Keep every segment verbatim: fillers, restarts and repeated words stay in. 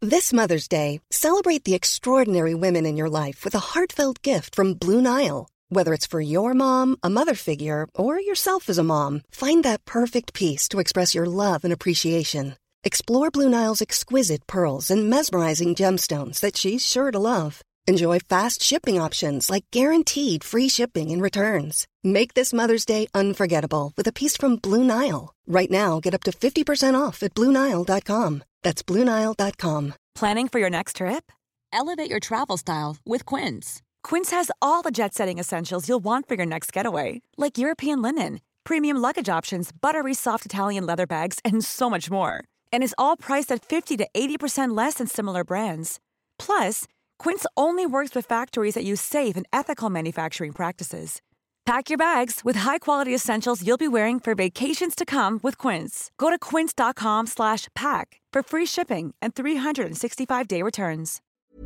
This Mother's Day, celebrate the extraordinary women in your life with a heartfelt gift from Blue Nile. Whether it's for your mom, a mother figure, or yourself as a mom, find that perfect piece to express your love and appreciation. Explore Blue Nile's exquisite pearls and mesmerizing gemstones that she's sure to love. Enjoy fast shipping options like guaranteed free shipping and returns. Make this Mother's Day unforgettable with a piece from Blue Nile. Right now, get up to fifty percent off at blue nile dot com. That's blue nile dot com. Planning for your next trip? Elevate your travel style with Quince. Quince has all the jet-setting essentials you'll want for your next getaway, like European linen, premium luggage options, buttery soft Italian leather bags, and so much more. And is all priced at fifty to eighty percent less than similar brands. Plus, Quince only works with factories that use safe and ethical manufacturing practices. Pack your bags with high-quality essentials you'll be wearing for vacations to come with Quince. Go to quince.com slash pack for free shipping and three sixty-five day returns.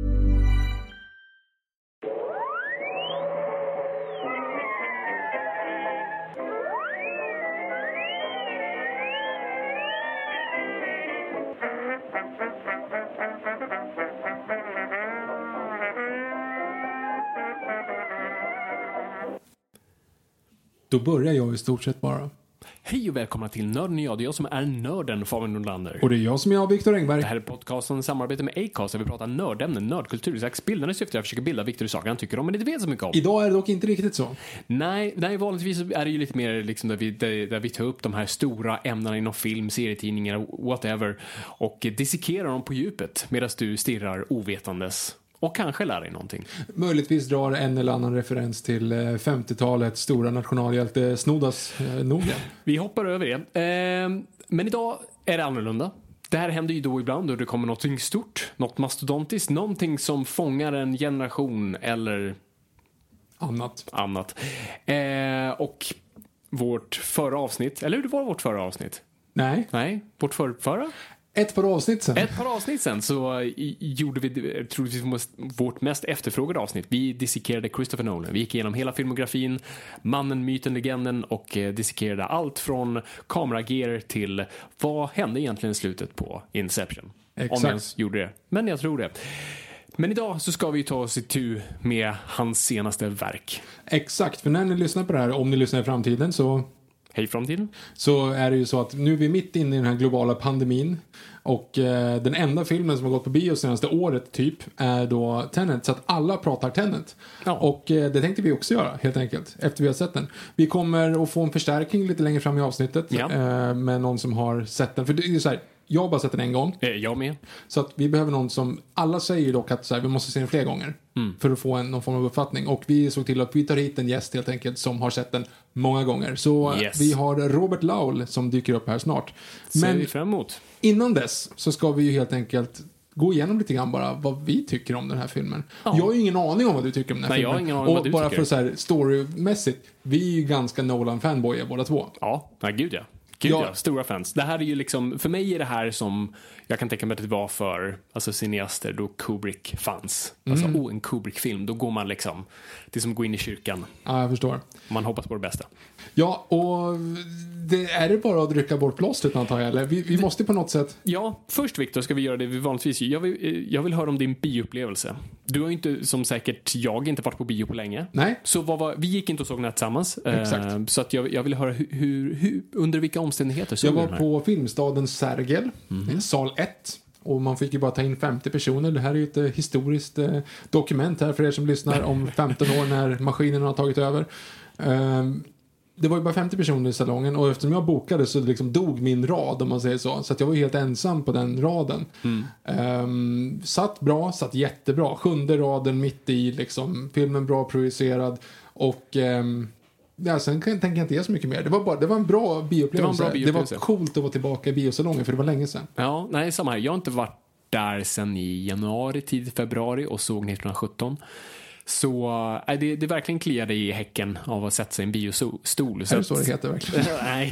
Då börjar jag i stort sett bara. Hej och välkomna till Nörden och jag. Det är jag som är nörden, Fabian Nordlander. Och det är jag som är Viktor Engberg. Det här är podcasten i samarbete med Acast där vi pratar nördämnen, nördkultur, slags bildande syfte att försöka bilda Viktor i saker han tycker om men inte vet så mycket om. Idag är det dock inte riktigt så. Nej, nej vanligtvis är det ju lite mer liksom där, vi, där, där vi tar upp de här stora ämnena inom film, serietidningar, whatever och dissekerar dem på djupet medan du stirrar ovetandes. Och kanske lär dig någonting. Möjligtvis drar en eller annan referens till femtiotalets stora nationalhjälte Snoddas eh, Norden. Vi hoppar över det. Eh, men idag är det annorlunda. Det här händer ju då ibland då det kommer något stort, något mastodontiskt, någonting som fångar en generation eller annat. annat. Eh, och vårt förra avsnitt, eller hur det var vårt förra avsnitt? Nej. Nej, vårt för, förra? Ett par avsnitt sen. Ett par avsnitt sen så i, gjorde vi troligtvis vårt mest efterfrågade avsnitt. Vi dissekerade Christopher Nolan. Vi gick igenom hela filmografin, mannen, myten, legenden och eh, dissekerade allt från kameragear till vad hände egentligen i slutet på Inception. Exakt. Om jag ens gjorde det. Men jag tror det. Men idag så ska vi ta oss itu med hans senaste verk. Exakt, för när ni lyssnar på det här, om ni lyssnar i framtiden så... Hej framtiden. Så är det ju så att nu är vi mitt inne i den här globala pandemin. Och eh, den enda filmen som har gått på bio senaste året typ är då Tenet. Så att alla pratar Tenet. Ja. Och eh, det tänkte vi också göra helt enkelt. Efter vi har sett den. Vi kommer att få en förstärkning lite längre fram i avsnittet. Ja. Eh, med någon som har sett den. För det är ju så här, jag har bara sett den en gång. Eh, jag med. Så att vi behöver någon som, alla säger dock att så här, vi måste se den fler gånger. Mm. För att få en, någon form av uppfattning. Och vi såg till att vi tar hit en gäst helt enkelt som har sett den många gånger. Så yes. Vi har Robert Lowell som dyker upp här snart. Ser Men vi fram emot. Innan dess så ska vi ju helt enkelt gå igenom lite grann bara vad vi tycker om den här filmen. Ja. Jag har ju ingen aning om vad du tycker om den här Nej, filmen. Jag har ingen aning och vad du bara tycker. för så här storymässigt, vi är ju ganska Nolan-fanboyer båda två. Ja, nej gud ja. Gud Ja. ja, stora fans. Det här är ju liksom, för mig är det här som jag kan tänka mig att det var för alltså cineaster då Kubrick fanns. Alltså, Mm. oh, en Kubrick-film, då går man liksom, det är som att gå in i kyrkan. Ja, jag förstår. Man hoppas på det bästa. Ja, och det är det bara att rycka bort plåstret antar jag, eller? Vi, vi måste på något sätt... Ja, först Victor ska vi göra det vi vanligtvis jag vill, jag vill höra om din bioupplevelse. Du har ju inte, som säkert jag, inte varit på bio på länge. Nej. Så vad var, vi gick inte och såg den här tillsammans. Exakt. Eh, så att jag, jag vill höra hur, hur, hur, under vilka omständigheter såg Jag du var den här? på filmstaden Sergel, Mhm. sal ett. Och man fick ju bara ta in femtio personer. Det här är ju ett eh, historiskt eh, dokument här för er som lyssnar om femton år när maskinerna har tagit över. Um, det var ju bara femtio personer i salongen och eftersom jag bokade så liksom dog min rad om man säger så. Så att jag var ju helt ensam på den raden. Mm. Um, satt bra, satt jättebra. Sjunde raden mitt i liksom, filmen bra projicerad och... Um, Ja, sen kan, tänker jag inte ge så mycket mer. Det var, bara, det var en bra bioupplevelse. Det var en bra bioupplevelse. Det var coolt att vara tillbaka i biosalongen för det var länge sedan. Ja, nej, samma här. Jag har inte varit där sedan i januari, tidigt februari och såg nittonhundrasjutton. Så äh, det, det verkligen kliade i häcken av att sätta sig i en biostol. Är det så det heter verkligen? Nej.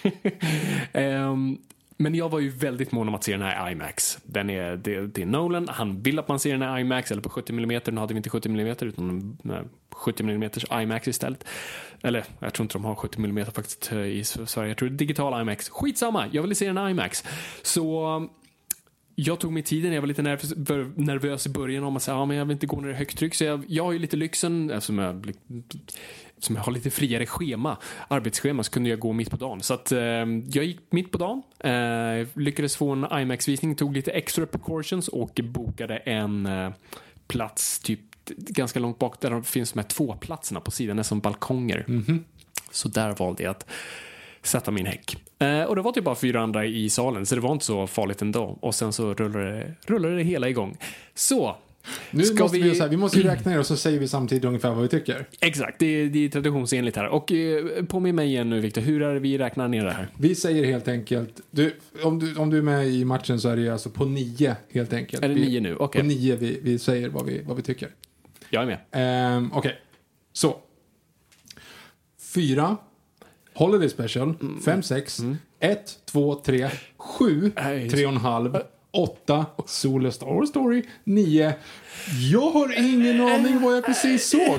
um, men jag var ju väldigt mån om att se den här IMAX. Den är, det, det är Nolan. Han vill att man ser den här IMAX eller på sjuttio millimeter. Nu hade vi inte sjuttio millimeter utan nej, sjuttio millimeter IMAX istället. Eller jag tror inte de har sjuttio millimeter faktiskt i Sverige. Jag tror det är digital IMAX. Skitsamma, jag ville se den här IMAX. Så jag tog mig tiden, jag var lite nervös, nervös i början om att säga, ja, men jag vill inte gå ner i högt tryck, så jag, jag har ju lite lyxen eftersom jag, som jag har lite friare schema, arbetsschema, så kunde jag gå mitt på dagen. Så att eh, jag gick mitt på dagen, eh, lyckades få en IMAX-visning, tog lite extra precautions och bokade en eh, plats typ ganska långt bak där det finns de här två platserna på sidan, som balkonger. Mm-hmm. Så där valde jag att sätta min häck. Eh, och det var typ bara fyra andra i salen, så det var inte så farligt ändå. Och sen så rullade det, rullade det hela igång. Så, nu ska måste vi, vi... så här, vi måste ju räkna ner och så säger vi samtidigt ungefär vad vi tycker. Exakt, det är, det är traditionsenligt här. Och eh, på med mig igen nu, Victor, hur är det vi räknar ner det här? Vi säger helt enkelt, du, om, du, om du är med i matchen så är det alltså på nio helt enkelt. Är det vi, nio nu? Okej. Okay. På nio vi, vi säger vad vi, vad vi tycker. Jag är med. Um, Okej, okay. Så. Fyra. Holiday Special, mm. fem, sex, mm. ett, två, tre, sju, tre och en halv, åtta, Solo Star Wars Story, nio. Jag har ingen aning vad jag precis såg.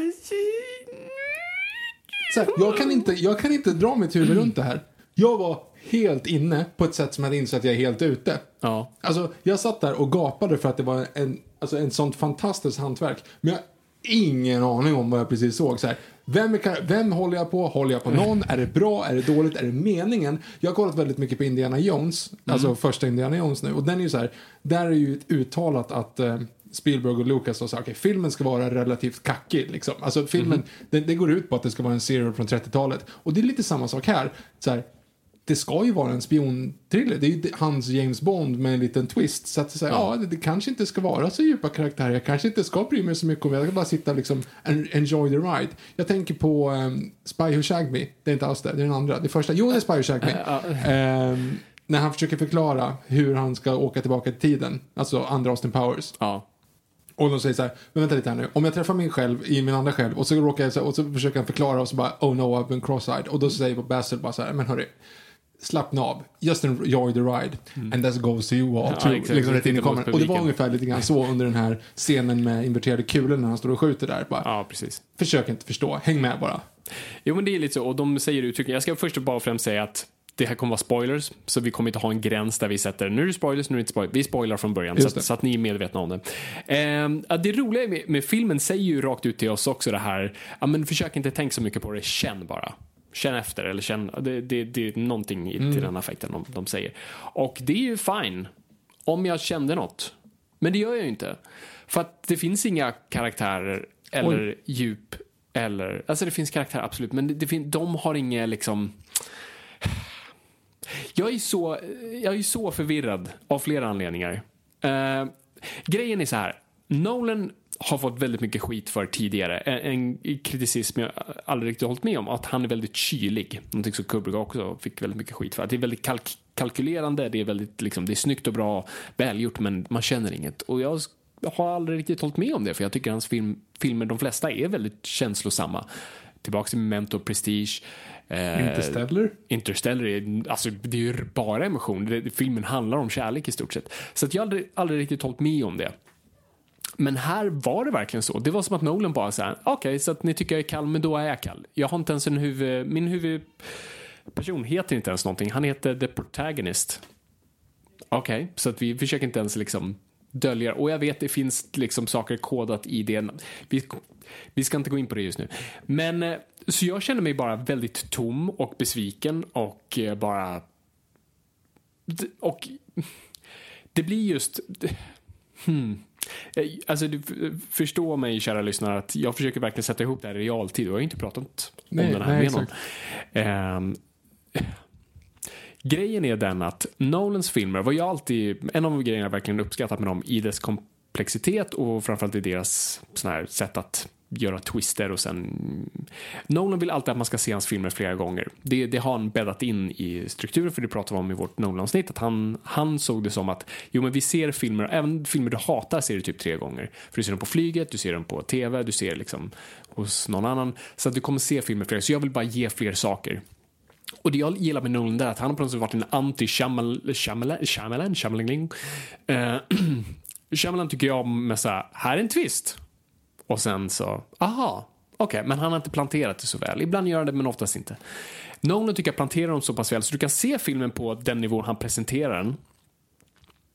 Så här, jag, kan inte, jag kan inte dra mitt huvud runt det här. Jag var helt inne på ett sätt som jag insåg att jag är helt ute. Ja. Alltså, jag satt där och gapade för att det var en, alltså en sånt fantastiskt hantverk. Men jag har ingen aning om vad jag precis såg. Så här, vem, är, vem håller jag på? Håller jag på någon? Är det bra? Är det dåligt? Är det meningen? Jag har kollat väldigt mycket på Indiana Jones. Mm. Alltså första Indiana Jones nu. Och den är ju så här, där är ju uttalat att eh, Spielberg och Lucas sa, okej, okay, filmen ska vara relativt kackig liksom. Alltså filmen, mm. det, det går ut på att det ska vara en serial från trettiotalet. Och det är lite samma sak här. Så här, det ska ju vara en spionthriller. Det är ju hans James Bond med en liten twist. Så att säga, ja, ja det, det kanske inte ska vara så djupa karaktärer. Jag kanske inte ska bry mig så mycket om det. Jag kan bara sitta liksom and enjoy the ride. Jag tänker på um, Spy Who Shagged Me. Det är inte alls det, det är den andra. Det första, jo det är Spy Who Shagged Me. um, när han försöker förklara hur han ska åka tillbaka till tiden. Alltså andra Austin Powers. Ja. Och de säger så här, men vänta lite här nu. Om jag träffar min själv i min andra själv och så råkar jag så och så försöker han förklara och så bara, oh no, I've been cross-eyed. Och då säger Basil bara så här, men hörru, slappna av. Just enjoy the ride. Mm. And that goes to you all. Ja, exakt, liksom rätt in i kameran. Och det var ungefär lite grann så under den här scenen med inverterade kulor när han står och skjuter där. Bara, ja, precis. Försök inte förstå. Häng med bara. Jo, men det är lite så. Och de säger uttrycken. Jag ska först och bara främst säga att det här kommer vara spoilers. Så vi kommer inte ha en gräns där vi sätter, nu är det spoilers, nu är det inte spoilers. Vi spoilar från början. Så att, så att ni är medvetna om det. Eh, det roliga med, med filmen säger ju rakt ut till oss också det här. Ja, men försök inte tänka så mycket på det. Känn bara. Känn efter, eller känn, det, det, det är någonting i, mm. till den affekten de, de säger. Och det är ju fine om jag kände något. Men det gör jag ju inte. För att det finns inga karaktärer eller Oj. djup eller, alltså det finns karaktärer absolut, men det, det fin, de har inga liksom. Jag är så jag är så förvirrad av flera anledningar. Uh, grejen är så här, Nolan har fått väldigt mycket skit för tidigare. En, en kritisism jag aldrig riktigt hållit med om, att han är väldigt kylig. Någonting som Kubrick också fick väldigt mycket skit för. Att det är väldigt kalk- kalkylerande, det är väldigt liksom, det är snyggt och bra, välgjort, men man känner inget. Och jag har aldrig riktigt hållit med om det, för jag tycker hans film, filmer, de flesta är väldigt känslosamma. Tillbaka till Memento, Prestige. Eh, Interstellar. Interstellar är, alltså, det är ju bara emotion. Det, filmen handlar om kärlek i stort sett. Så att jag har aldrig, aldrig riktigt hållit med om det. Men här var det verkligen så. Det var som att Nolan bara sa, okej, okay, så att ni tycker jag är kall, men då är jag kall. Jag har inte ens en huvud, min huvudperson heter inte ens någonting. Han heter The Protagonist. Okej, okay, så att vi försöker inte ens liksom dölja. Och jag vet det finns liksom saker kodat i det. Vi, vi ska inte gå in på det just nu. Men så jag känner mig bara väldigt tom och besviken och bara och det blir just hmm alltså du förstår mig, kära lyssnare, att jag försöker verkligen sätta ihop det här i realtid och jag har inte pratat om nej, den här nej, med någon. Um, grejen är den att Nolans filmer var ju alltid en av grejerna jag verkligen uppskattat med dem i dess komplexitet och framförallt i deras sån här sätt att göra twister och sen Nolan vill alltid att man ska se hans filmer flera gånger. Det, det har han bäddat in i strukturen, för det pratar vi om i vårt Nolan-snitt, att han, han såg det som att jo men vi ser filmer, även filmer du hatar ser du typ tre gånger. För du ser dem på flyget, du ser dem på tv, du ser liksom hos någon annan, så att du kommer se filmer fler. Så jag vill bara ge fler saker. Och det jag gillar med Nolan är att han har på något sätt varit en anti-Shyamalan Shyamalan Shyamalan Shyamalan uh, Shyamalan tycker jag med så här, här är en twist. Och sen så, aha, okej, okay, men han har inte planterat det så väl. Ibland gör det, men oftast inte. Nolan tycker jag planterar dem så pass väl så du kan se filmen på den nivån han presenterar den.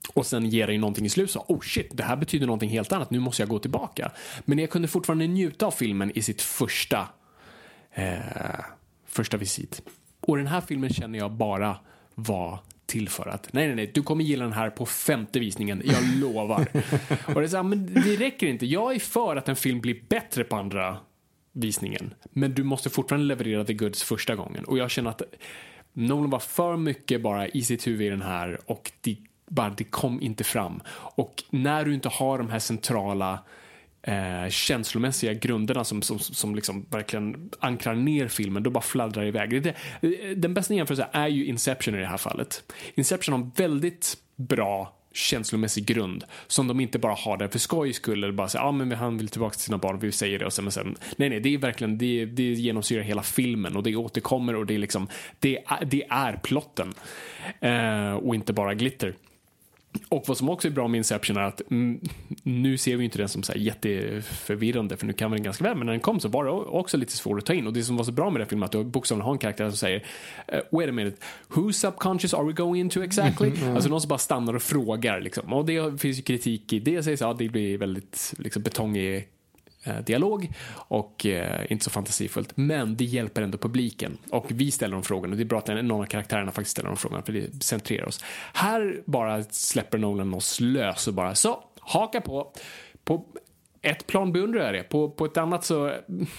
och sen ger dig någonting i slut, så oh shit, det här betyder någonting helt annat, nu måste jag gå tillbaka. Men jag kunde fortfarande njuta av filmen i sitt första eh, första visit. Och den här filmen känner jag bara var till för att, nej nej nej, du kommer gilla den här på femte visningen, jag lovar. Och det är så här, men det räcker inte. Jag är för att en film blir bättre på andra visningen, men du måste fortfarande leverera the goods första gången. Och jag känner att Nolan var för mycket bara i sitt huvud i den här, och det, bara, det kom inte fram. Och när du inte har de här centrala eh, känslomässiga grunderna som, som, som liksom verkligen ankrar ner filmen, då bara fladdrar iväg. Det, det, den bästa jämförelsen är ju Inception i det här fallet. Inception har väldigt bra känslomässig grund som de inte bara har där för skojs skull, eller bara säga, ja ah, men han vill tillbaka till sina barn, vi säger det, och sen, men sen nej nej, det är verkligen, det, det genomsyrar hela filmen, och det återkommer, och det är liksom, det är, det är plotten eh, och inte bara glitter. Och vad som också är bra med Inception är att mm, nu ser vi inte den som så här jätteförvirrande, för nu kan vi den ganska väl, men när den kom så var det också lite svårt att ta in. Och det som var så bra med den filmen, att du bokstavligen har en karaktär som säger uh, wait a minute, whose subconscious are we going into exactly? Mm, mm. Alltså någon som bara stannar och frågar liksom. Och det finns ju kritik i det, sägs att det blir väldigt liksom betongig eh, dialog och eh, inte så fantasifullt, men det hjälper ändå publiken, och vi ställer de frågorna, och det är bra att någon av karaktärerna faktiskt ställer de frågorna, för det centrerar oss. Här bara släpper Nolan oss lös och bara så, haka på på ett plan beundrar jag det, på, på ett annat så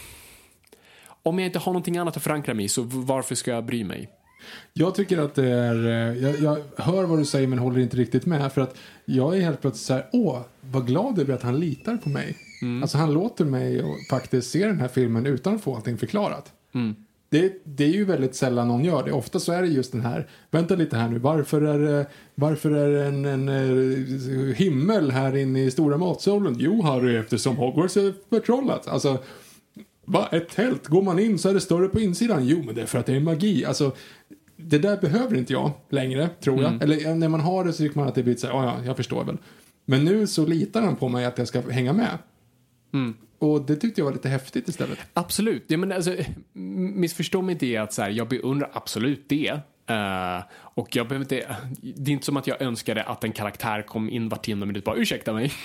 om jag inte har någonting annat att förankra mig, så varför ska jag bry mig? Jag tycker att det är, jag, jag hör vad du säger men håller inte riktigt med, för att jag är helt plötsligt så här, åh, vad glad över att han litar på mig. Mm. Alltså han låter mig faktiskt se den här filmen utan att få allting förklarat. Mm. Det, det är ju väldigt sällan någon gör det. Ofta så är det just den här, vänta lite här nu, varför är det, varför är det en, en, en himmel här inne i stora matsolen? Jo, Harry, eftersom Hogwarts är förtrollat. Alltså, va, ett tält, går man in så är det större på insidan. Jo, men det är för att det är magi. Alltså, det där behöver inte jag längre, tror jag. Mm. Eller när man har det så tycker man att det blir så här, ja, jag förstår väl. Men nu så litar han på mig att jag ska hänga med. Mm. Och det tyckte jag var lite häftigt istället. Absolut. Ja, men alltså, missförstå mig inte att så här, jag beundrar absolut det. Uh, och jag behöver inte, det är inte som att jag önskade att en karaktär kom in var tionde minut bara, ursäkta mig.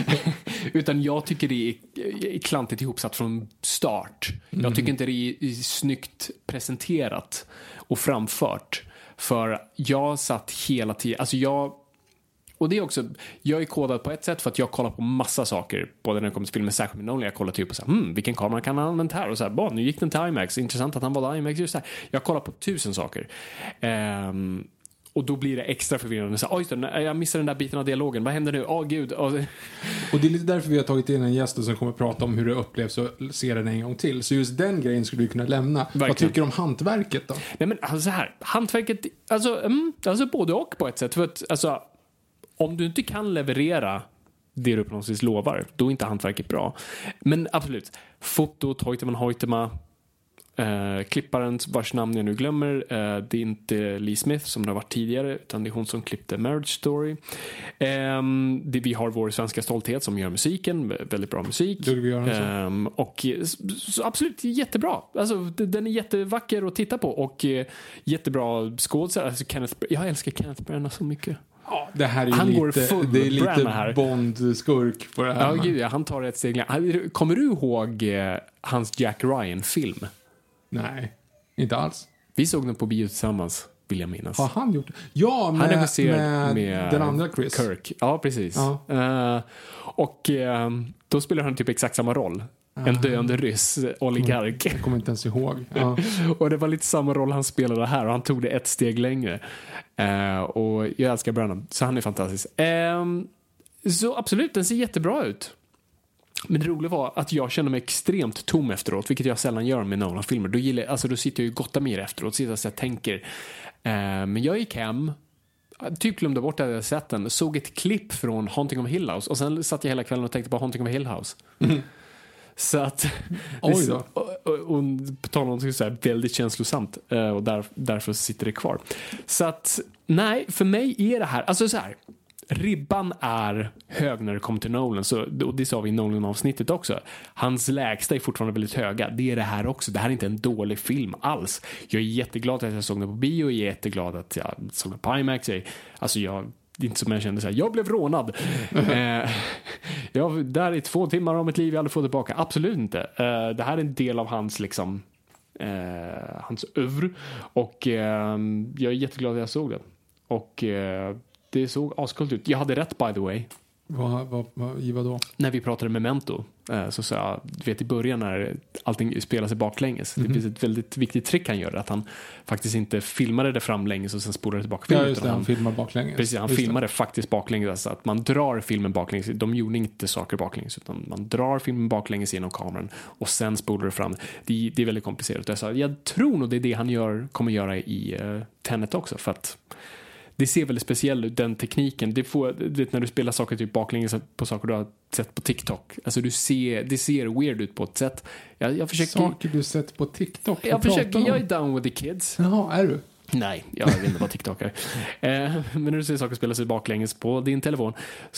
Utan jag tycker det är, är klantigt ihopsatt från start. Mm. Jag tycker inte det är, är snyggt presenterat och framfört. För jag satt hela tiden, alltså jag, och det är också, jag är kodad på ett sätt för att jag kollar på massa saker, både när det kommer till filmen, särskilt med Nolan. Jag kollar typ på så här, hmm, vilken kamera kan han använt här? Och så här, bah, nu gick den till IMAX, intressant att han valde IMAX just här. Jag kollar på tusen saker. Um, och då blir det extra förvirrande. Så, oj, jag missade den där biten av dialogen. Vad händer nu? Åh, oh, gud. Och det är lite därför vi har tagit in en gäst som kommer att prata om hur det upplevs och se den en gång till. Så just den grejen skulle vi kunna lämna. Verkligen. Vad tycker du om hantverket då? Nej, men alltså här, hantverket, alltså, mm, alltså både och på ett sätt. För att, alltså, om du inte kan leverera det du på något vis lovar, då är inte hantverket bra. Men absolut, fotot, Hoytema Hoytema, eh, klipparen vars namn jag nu glömmer, eh, det är inte Lee Smith som det har varit tidigare, utan det är hon som klippte Marriage Story. Eh, det, vi har vår svenska stolthet som gör musiken, väldigt bra musik. Eh, och så, absolut, jättebra. Alltså, den är jättevacker att titta på, och eh, jättebra skådespelare. Alltså, Kenneth, jag älskar Kenneth Branagh så mycket. Ja, det här är han lite, går full det är lite Bond-skurk på det här. Ja, gud, ja, han tar ett steg. Kommer du ihåg eh, hans Jack Ryan-film? Nej, inte alls. Vi såg den på bio tillsammans, vill jag minnas. Har han gjort det? Ja, med, han med, med den andra Chris. Kirk. Ja, precis. Ja. Uh, och uh, då spelar han typ exakt samma roll. En döende ryss, oligark. Jag kommer inte ens ihåg. Ja. Och det var lite samma roll han spelade här, och han tog det ett steg längre. Uh, och jag älskar Branagh, så han är fantastisk. Uh, så absolut, den ser jättebra ut. Men det roliga var att jag kände mig extremt tom efteråt, vilket jag sällan gör med Nolan-filmer. Då, gillar, alltså, då sitter jag ju gotta mer efteråt, sitter så jag tänker. Uh, men jag gick hem, typ glömde bort att jag sett den, såg ett klipp från Haunting of Hill House, och sen satt jag hela kvällen och tänkte på Haunting of Hill House. Mm. Så att oj då. Och, och, och på tal om så här väldigt känslosamt, och där, därför sitter det kvar. Så att nej, för mig är det här, alltså så här, ribban är hög när det kommer till Nolan, så, och det sa vi i Nolan-avsnittet också. Hans lägsta är fortfarande väldigt höga. Det är det här också. Det här är inte en dålig film alls. Jag är jätteglad att jag såg den på bio, jag är jätteglad att jag såg den på IMAX. Jag, alltså jag det är inte som jag kände så här, jag blev rånad. eh, jag där i två timmar av mitt liv jag aldrig får tillbaka. Absolut inte. Eh, det här är en del av hans liksom eh, hans övre. Och eh, jag är jätteglad att jag såg det. Och eh, det såg askult ut. Jag hade rätt, by the way. Vad, vad, vad, i vad då? När vi pratade Memento eh, så sa jag, du vet i början när allting spelar sig baklänges. Mm-hmm. Det finns ett väldigt viktigt trick han gör, att han faktiskt inte filmade det framlänges och sen spolade tillbaka filmen. Ja, just det, han, han filmar baklänges. Precis, han just filmade det. faktiskt baklänges. Alltså att man drar filmen baklänges. De gjorde inte saker baklänges, utan man drar filmen baklänges genom kameran och sen spolar det fram. Det, det är väldigt komplicerat. Jag sa, jag tror nog det är det han gör, kommer göra i uh, Tenet också, för att det ser väldigt speciellt ut, den tekniken. Det får, du vet, när du spelar saker typ baklänges på saker du har sett på TikTok. Alltså du ser, det ser weird ut på ett sätt. Jag, jag försöker... Saker du sett på TikTok? Jag försöker, jag är down with the kids. Jaha, är du? Nej, jag vet inte vad TikTok är. eh, men när du ser saker spela sig baklänges på din telefon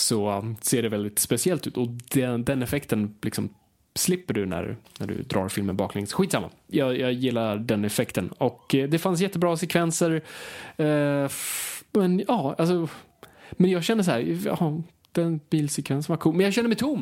så ser det väldigt speciellt ut. Och den, den effekten liksom slipper du när, när du drar filmen baklänges. Skitsamma. Jag, jag gillar den effekten. Och eh, det fanns jättebra sekvenser. Eh, f- men ja, alltså... Men jag känner så här... Ja, den bilsekvensen var cool. Men jag känner mig tom.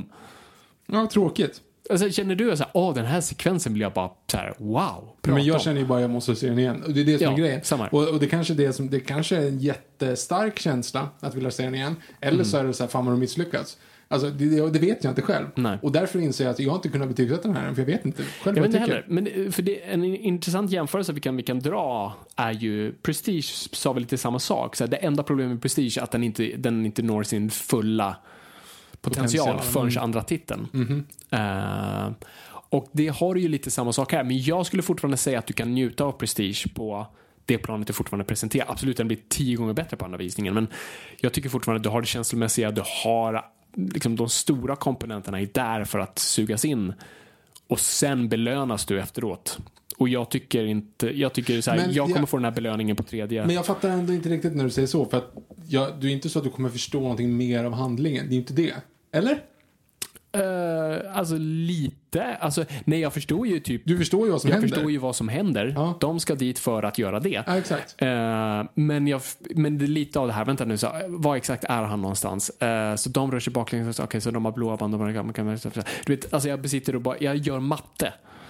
Ja, tråkigt. Alltså, känner du så här, åh, den här sekvensen blir jag bara så här, wow. Men jag om. känner ju bara, jag måste se den igen. Och det är det som Ja, är grejen. samma. Och, och det kanske är det som, det kanske är en jättestark känsla att vilja se den igen. Eller mm. så är det så här, fan, man har misslyckats. Alltså, det, det vet jag inte själv. Nej. Och därför inser jag att jag inte kunnat betygsätta den här, för jag vet inte själv jag vad vet jag inte tycker. heller. Men för det, en intressant jämförelse vi kan, vi kan dra är ju Prestige sa väl lite samma sak. Så här, det enda problemet med Prestige är att den inte, den inte når sin fulla potential, potential. förrän mm. andra titeln. Mm-hmm. Uh, och det har ju lite samma sak här. Men jag skulle fortfarande säga att du kan njuta av Prestige på det planet du fortfarande presenterar. Absolut, den blir tio gånger bättre på andra visningen. Men jag tycker fortfarande att du har det känslomässiga, du har liksom de stora komponenterna är där för att sugas in. Och sen belönas du efteråt. Och jag tycker inte, jag tycker så här, Men jag kommer jag, få den här belöningen på tredje. Men jag fattar ändå inte riktigt när du säger så, för att jag, du är inte så att du kommer förstå någonting mer av handlingen. Det är inte det. Eller? Uh, alltså lite, alltså nej, jag förstår ju typ. Du förstår ju vad som jag händer. Jag förstår ju vad som händer. Ja. De ska dit för att göra det. Ja, exakt. Uh, men jag, men det är lite av det här. Vänta nu, så vad exakt är han någonstans? Uh, så de rör sig baklänges. Okej, okay, så de har blåa band och man kan, du vet, alltså jag besitter och bara, jag gör matte.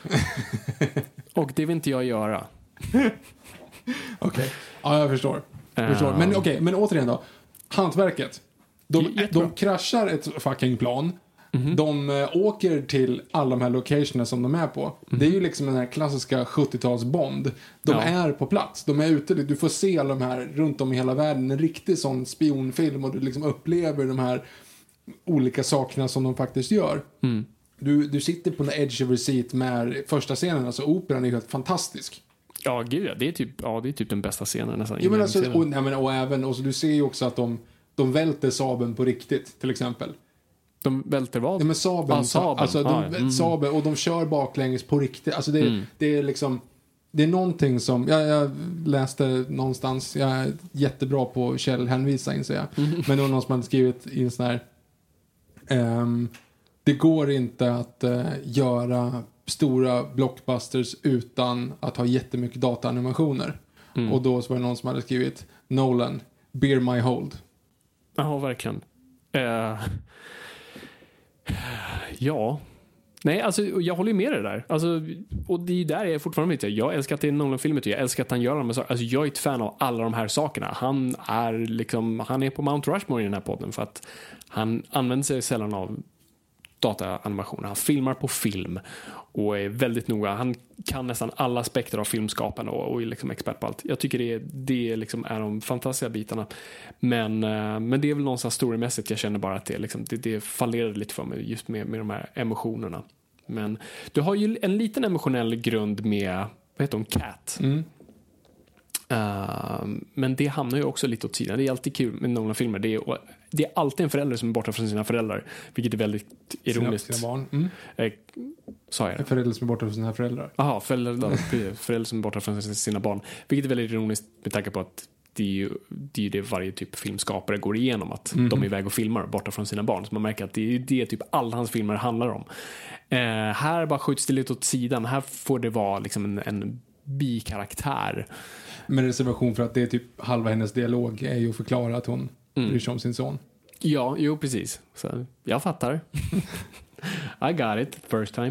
Och det vill inte jag göra. Okej. Okay. Ja, jag förstår. Jag förstår. Uh. Men okej, okay, men återigen då. Hantverket. De, de kraschar ett fucking plan. Mm-hmm. De äh, åker till alla de här locationerna som de är på. Mm-hmm. Det är ju liksom den här klassiska sjuttio-tals Bond. De ja. är på plats. De är ute. Du får se alla de här runt om i hela världen. En riktig sån spionfilm. Och du liksom upplever de här olika sakerna som de faktiskt gör. Mm. Du, du sitter på en edge of your seat med första scenen. Alltså operan är helt fantastisk. Ja, gud, det är typ, ja, det är typ den bästa scenen nästan. Jo, men alltså, och, nej, men, och även, och så, du ser ju också att de, de välter Saben på riktigt, till exempel. De välter vad? Ja, men Saben, ah, Saben. Alltså, de, ah, mm. Saben, och de kör baklänges på riktigt. Alltså det, mm. det är liksom, det är någonting som, jag, jag läste någonstans, jag är jättebra på källhänvisa, inser jag. Mm. Men det var någon som hade skrivit i en sån här, um, det går inte att uh, göra stora blockbusters utan att ha jättemycket dataanimationer. Mm. Och då så var det någon som hade skrivit Nolan, bear my hold. Ja, verkligen. Uh, ja. Nej, alltså jag håller ju med det där. Alltså, och det är ju där jag fortfarande inte. Jag älskar att det är Nolan-filmer. Jag älskar att han gör de här sakerna. Alltså jag är ett fan av alla de här sakerna. Han är liksom, han är på Mount Rushmore i den här podden för att han använder sig sällan av dataanimationer. Han filmar på film och är väldigt noga. Han kan nästan alla aspekter av filmskapande och, och är liksom expert på allt. Jag tycker det, det liksom är de fantastiska bitarna. Men, men det är väl någonstans storymässigt jag känner bara att det, liksom, det, det fallerade lite för mig just med, med de här emotionerna. Men du har ju en liten emotionell grund med, vad heter hon, Cat. Mm. Uh, men det hamnar ju också lite åt sidan. Det är alltid kul med några filmer. Det är, det är alltid en förälder som är borta från sina föräldrar, vilket är väldigt ironiskt. Sina barn. Mm. Eh, sa jag det? En förälder som är borta från sina föräldrar. Jaha, föräldrar, förälder som är borta från sina barn. Vilket är väldigt ironiskt med tanke på att det är ju det, är det varje typ filmskapare går igenom, att mm. de är iväg och filmar borta från sina barn. Så man märker att det är det typ alla hans filmer handlar om. Eh, här bara skjuts det lite åt sidan. Här får det vara liksom en, en bikaraktär. Med reservation för att det är typ halva hennes dialog är ju att förklara att hon mm. bryr sig om sin son. Ja, jo precis. Så jag fattar. I got it first time.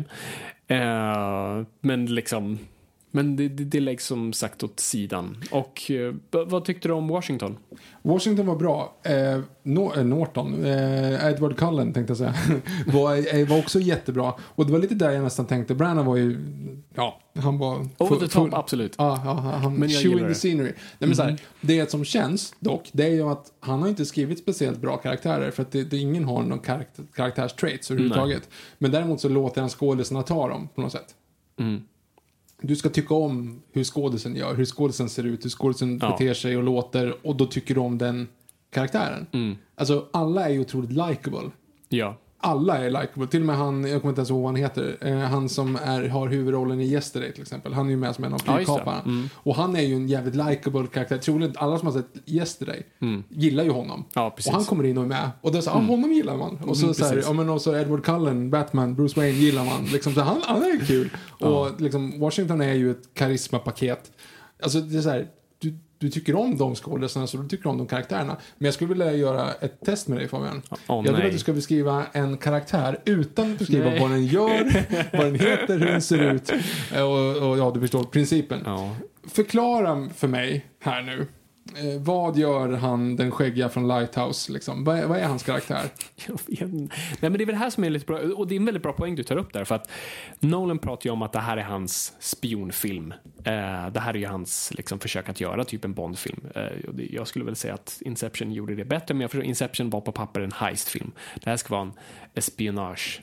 Uh, men liksom men det, det, det läggs som sagt åt sidan. Och uh, vad tyckte du om Washington? Washington var bra. Eh, no, eh, Norton, eh, Edward Cullen tänkte jag säga, var, eh, var också jättebra. Och det var lite där jag nästan tänkte. Branagh var ju, ja, han var... Over the top, absolut. Ja, ja, han men jag chewing gillar the det. scenery. Nej, men mm. så här, det som känns dock, det är ju att han har inte skrivit speciellt bra karaktärer. För att det, det, ingen har någon karaktär, karaktärstraits överhuvudtaget. Nej. Men däremot så låter han skådespelarna ta dem på något sätt. Mm. Du ska tycka om hur skådisen gör, hur skådisen ser ut, hur skådisen ja. beter sig och låter, och då tycker du om den karaktären. Mm. Alltså, alla är ju otroligt likable. Ja. Alla är likable. Till och med han, jag kommer inte ens ihåg vad han heter, eh, han som är, har huvudrollen i Yesterday till exempel. Han är ju med som en av flygkaparna. Ja, mm. Och han är ju en jävligt likable karaktär. Troligen alla som har sett Yesterday mm. gillar ju honom. Ja, precis. Och han kommer in och är med. Och då så mm. ah, honom gillar man. Och så, mm, så här, ja, men också Edward Cullen, Batman, Bruce Wayne gillar man. Liksom, så han, han är kul. Ja. Och liksom, Washington är ju ett karismapaket. Alltså det är så här, du, du tycker om de skådespelarna, så du tycker om de karaktärerna. Men jag skulle vilja göra ett test med dig, Fabian. Oh, jag vill nej. att du ska beskriva en karaktär utan att beskriva nej. vad den gör, vad den heter, hur den ser ut. Och, och ja, du förstår principen. Oh. Förklara för mig här nu. Eh, vad gör han, den skäggiga från Lighthouse liksom? Vad är, vad är hans karaktär? Nej, men det är väl det här som är lite bra, och det är en väldigt bra poäng du tar upp där, för att Nolan pratar ju om att det här är hans spionfilm. Eh, det här är ju hans liksom, försök att göra typ en Bondfilm. Eh, och det, jag skulle väl säga att Inception gjorde det bättre, men jag förstår Inception var på papper en heistfilm. Det här ska vara en espionage.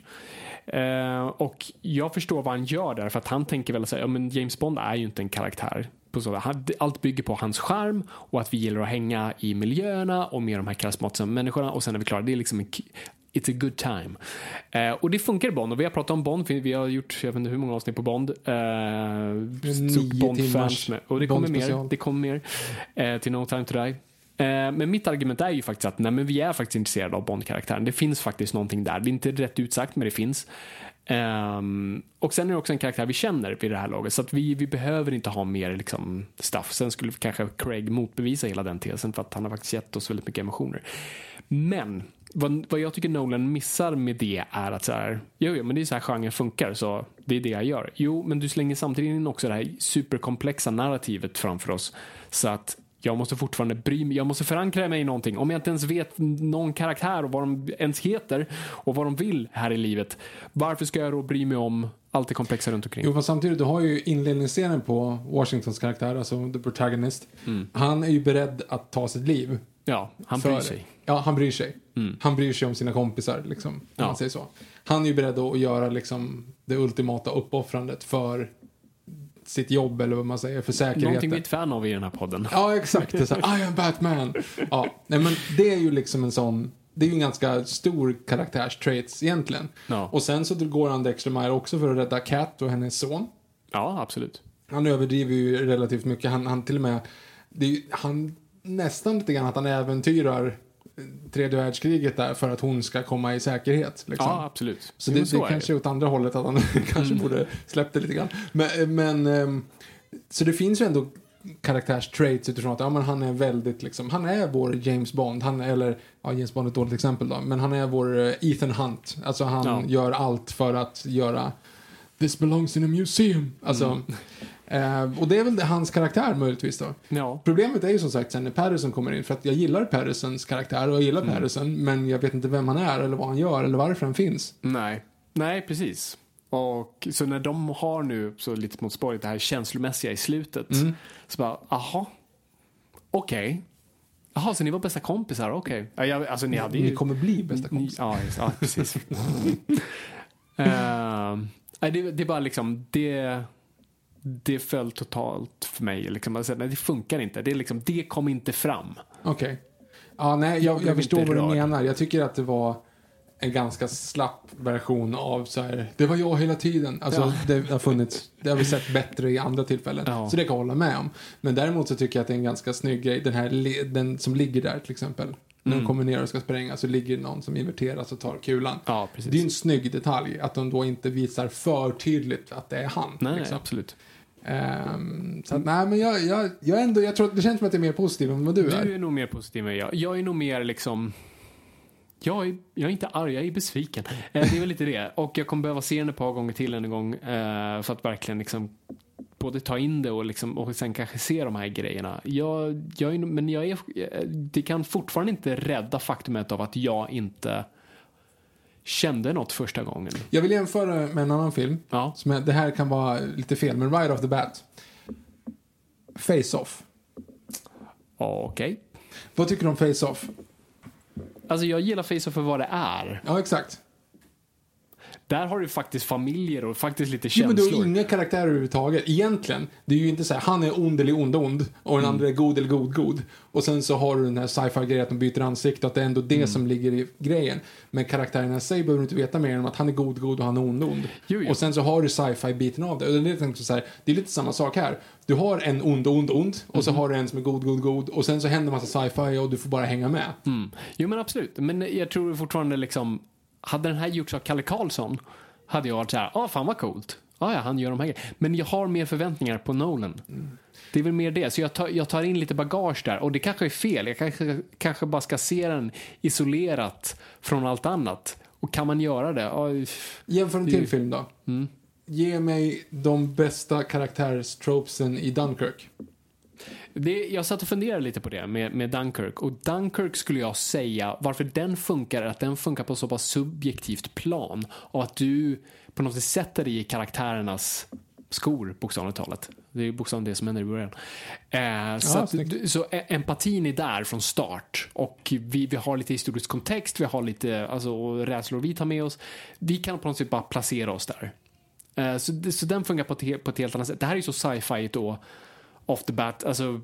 Uh, och jag förstår vad han gör där, för att han tänker väl säga, ja, men James Bond är ju inte en karaktär på så. Han, allt bygger på hans charm och att vi gillar att hänga i miljöerna och med de här karismatiska människorna, och sen är vi klara, det är liksom en, it's a good time. Uh, och det funkar i Bond, och vi har pratat om Bond, vi har gjort, jag vet inte hur många avsnitt på Bond, uh, Bond-fans med, och det kommer mer, det kommer mer uh, till No Time To Die. Men mitt argument är ju faktiskt att nej, men vi är faktiskt intresserade av Bond-karaktären. Det finns faktiskt någonting där. Det är inte rätt utsagt, men det finns. Um, och sen är det också en karaktär vi känner vid det här laget. Så att vi, vi behöver inte ha mer liksom, stuff. Sen skulle kanske Craig motbevisa hela den tesen, för att han har faktiskt gett oss väldigt mycket emotioner. Men vad, vad jag tycker Nolan missar med det är att så här, jo, jo, men det är så här genren funkar, så det är det jag gör. Jo, men du slänger samtidigt in också det här superkomplexa narrativet framför oss. Så att jag måste fortfarande bry mig, jag måste förankra mig i någonting. Om jag inte ens vet någon karaktär och vad de ens heter och vad de vill här i livet, varför ska jag då bry mig om allt det komplexa runt omkring? Jo, fast samtidigt, du har ju inledningsscenen på Washingtons karaktär, alltså the protagonist. Mm. Han är ju beredd att ta sitt liv. Ja, han bryr sig. Ja, han bryr sig. Mm. Han bryr sig om sina kompisar, liksom, om ja. man säger så. Han är ju beredd att göra liksom, det ultimata uppoffrandet för sitt jobb, eller vad man säger, för säkerheten. Någonting vi är ett fan av i den här podden. Ja, exakt. Det är så här, I am Batman. Ja, nej, men det är ju liksom en sån, det är ju en ganska stor karaktärstraits egentligen. Ja. Och sen så går han extra mile också för att rädda Cat och hennes son. Ja, absolut. Han överdriver ju relativt mycket. Han, han till och med, det är ju, han nästan lite grann att han äventyrar tredje världskriget där för att hon ska komma i säkerhet. Liksom. Ja, absolut. Så det, det, det kanske är åt andra hållet att han kanske mm. borde släppt det lite grann. Men, men um, så det finns ju ändå karaktärstraits utifrån att ja, men han är väldigt liksom, han är vår James Bond, han eller ja, James Bond är ett dåligt exempel då, men han är vår uh, Ethan Hunt. Alltså han ja. gör allt för att göra this belongs in a museum. Alltså mm. Uh, och det är väl det, hans karaktär möjligtvis då. Ja. Problemet är ju som sagt sen när Patterson kommer in, för att jag gillar Pattersons karaktär och jag gillar mm. Patterson, men jag vet inte vem han är eller vad han gör eller varför han finns. Nej, nej precis. Och så när de har nu så lite mot spåret det här känslomässiga i slutet mm. så bara, aha okej okay. Jaha, så ni var bästa kompisar, okej okay. ja, alltså, ni, hade ju... ni kommer bli bästa kompisar. Ja, ja precis. uh, det, det är bara liksom det det föll totalt för mig liksom. Alltså, nej, det funkar inte. Det, är liksom, det kom inte fram. Okej. Okay. Ja, nej, jag, jag, jag förstår vad du menar. Jag tycker att det var en ganska slapp version av så här, det var jag hela tiden. Alltså, ja. det har funnits, det har vi sett bättre i andra tillfällen. Ja. Så det kan jag hålla med om. Men däremot så tycker jag att det är en ganska snygg grej. Den här, den som ligger där till exempel. När Mm. de kommer ner och ska spränga så ligger någon som inverteras och tar kulan. Ja, precis. Det är en snygg detalj att de då inte visar för tydligt att det är han. Nej, liksom. absolut. Um, så att, nej, men jag, jag, jag, ändå, jag tror att det känns som att det är mer positiv än vad du är. Du är nog mer positiv än jag. Jag är nog mer liksom... Jag är, jag är inte arg, jag är besviken. Eh, det är väl lite det. Och jag kommer behöva se den ett par gånger till en gång eh, för att verkligen liksom både ta in det och, liksom, och sen kanske se de här grejerna. Jag, jag är, men jag är, det kan fortfarande inte rädda faktumet av att jag inte kände något första gången. Jag vill jämföra med en annan film. Ja. Som är, det här kan vara lite fel, men right off the bat. Face Off. Okej. Okay. Vad tycker du om Face Off? Alltså jag gillar Face Off för vad det är. Ja, exakt. Där har du faktiskt familjer och faktiskt lite känslor. Jo, men du har inga karaktärer överhuvudtaget. Egentligen, det är ju inte så här, han är ond eller ond ond och den mm. andra är god eller god god. Och sen så har du den här sci-fi grejen att de byter ansikte, att det är ändå det mm. som ligger i grejen. Men karaktärerna i sig behöver du inte veta mer än att han är god god och han är ond ond. Jo, jo. Och sen så har du sci-fi biten av det. Och det är lite, så här, det är lite samma sak här. Du har en ond ond ond och mm. så har du en som är god god god och sen så händer massa sci-fi och du får bara hänga med. Mm. Jo, men absolut. Men jag tror fortfarande liksom, hade den här gjorts av Kalle Karlsson hade jag varit så här, ja ah, fan vad coolt. Ah, ja, han gör de här grejerna. Men jag har mer förväntningar på Nolan. Mm. Det är väl mer det. Så jag tar, jag tar in lite bagage där. Och det kanske är fel. Jag kanske, kanske bara ska se den isolerat från allt annat. Och kan man göra det? Ah, jämför en det, till film då. Mm. Ge mig de bästa karaktärstropesen i Dunkirk. Det, jag satt och funderade lite på det med, med Dunkirk. Och Dunkirk skulle jag säga, varför den funkar är att den funkar på så pass subjektivt plan. Och att du på något sätt sätter dig i karaktärernas skor, bokstavligt talat. Det är bokstavligt det som händer i början. Eh, så, ja, att, så empatin är där från start. Och vi, vi har lite historisk kontext, vi har lite alltså, rädslor vi tar med oss. Vi kan på något sätt bara placera oss där. Eh, så, så den funkar på ett, på ett helt annat sätt. Det här är ju så sci-fi då, off the bat, alltså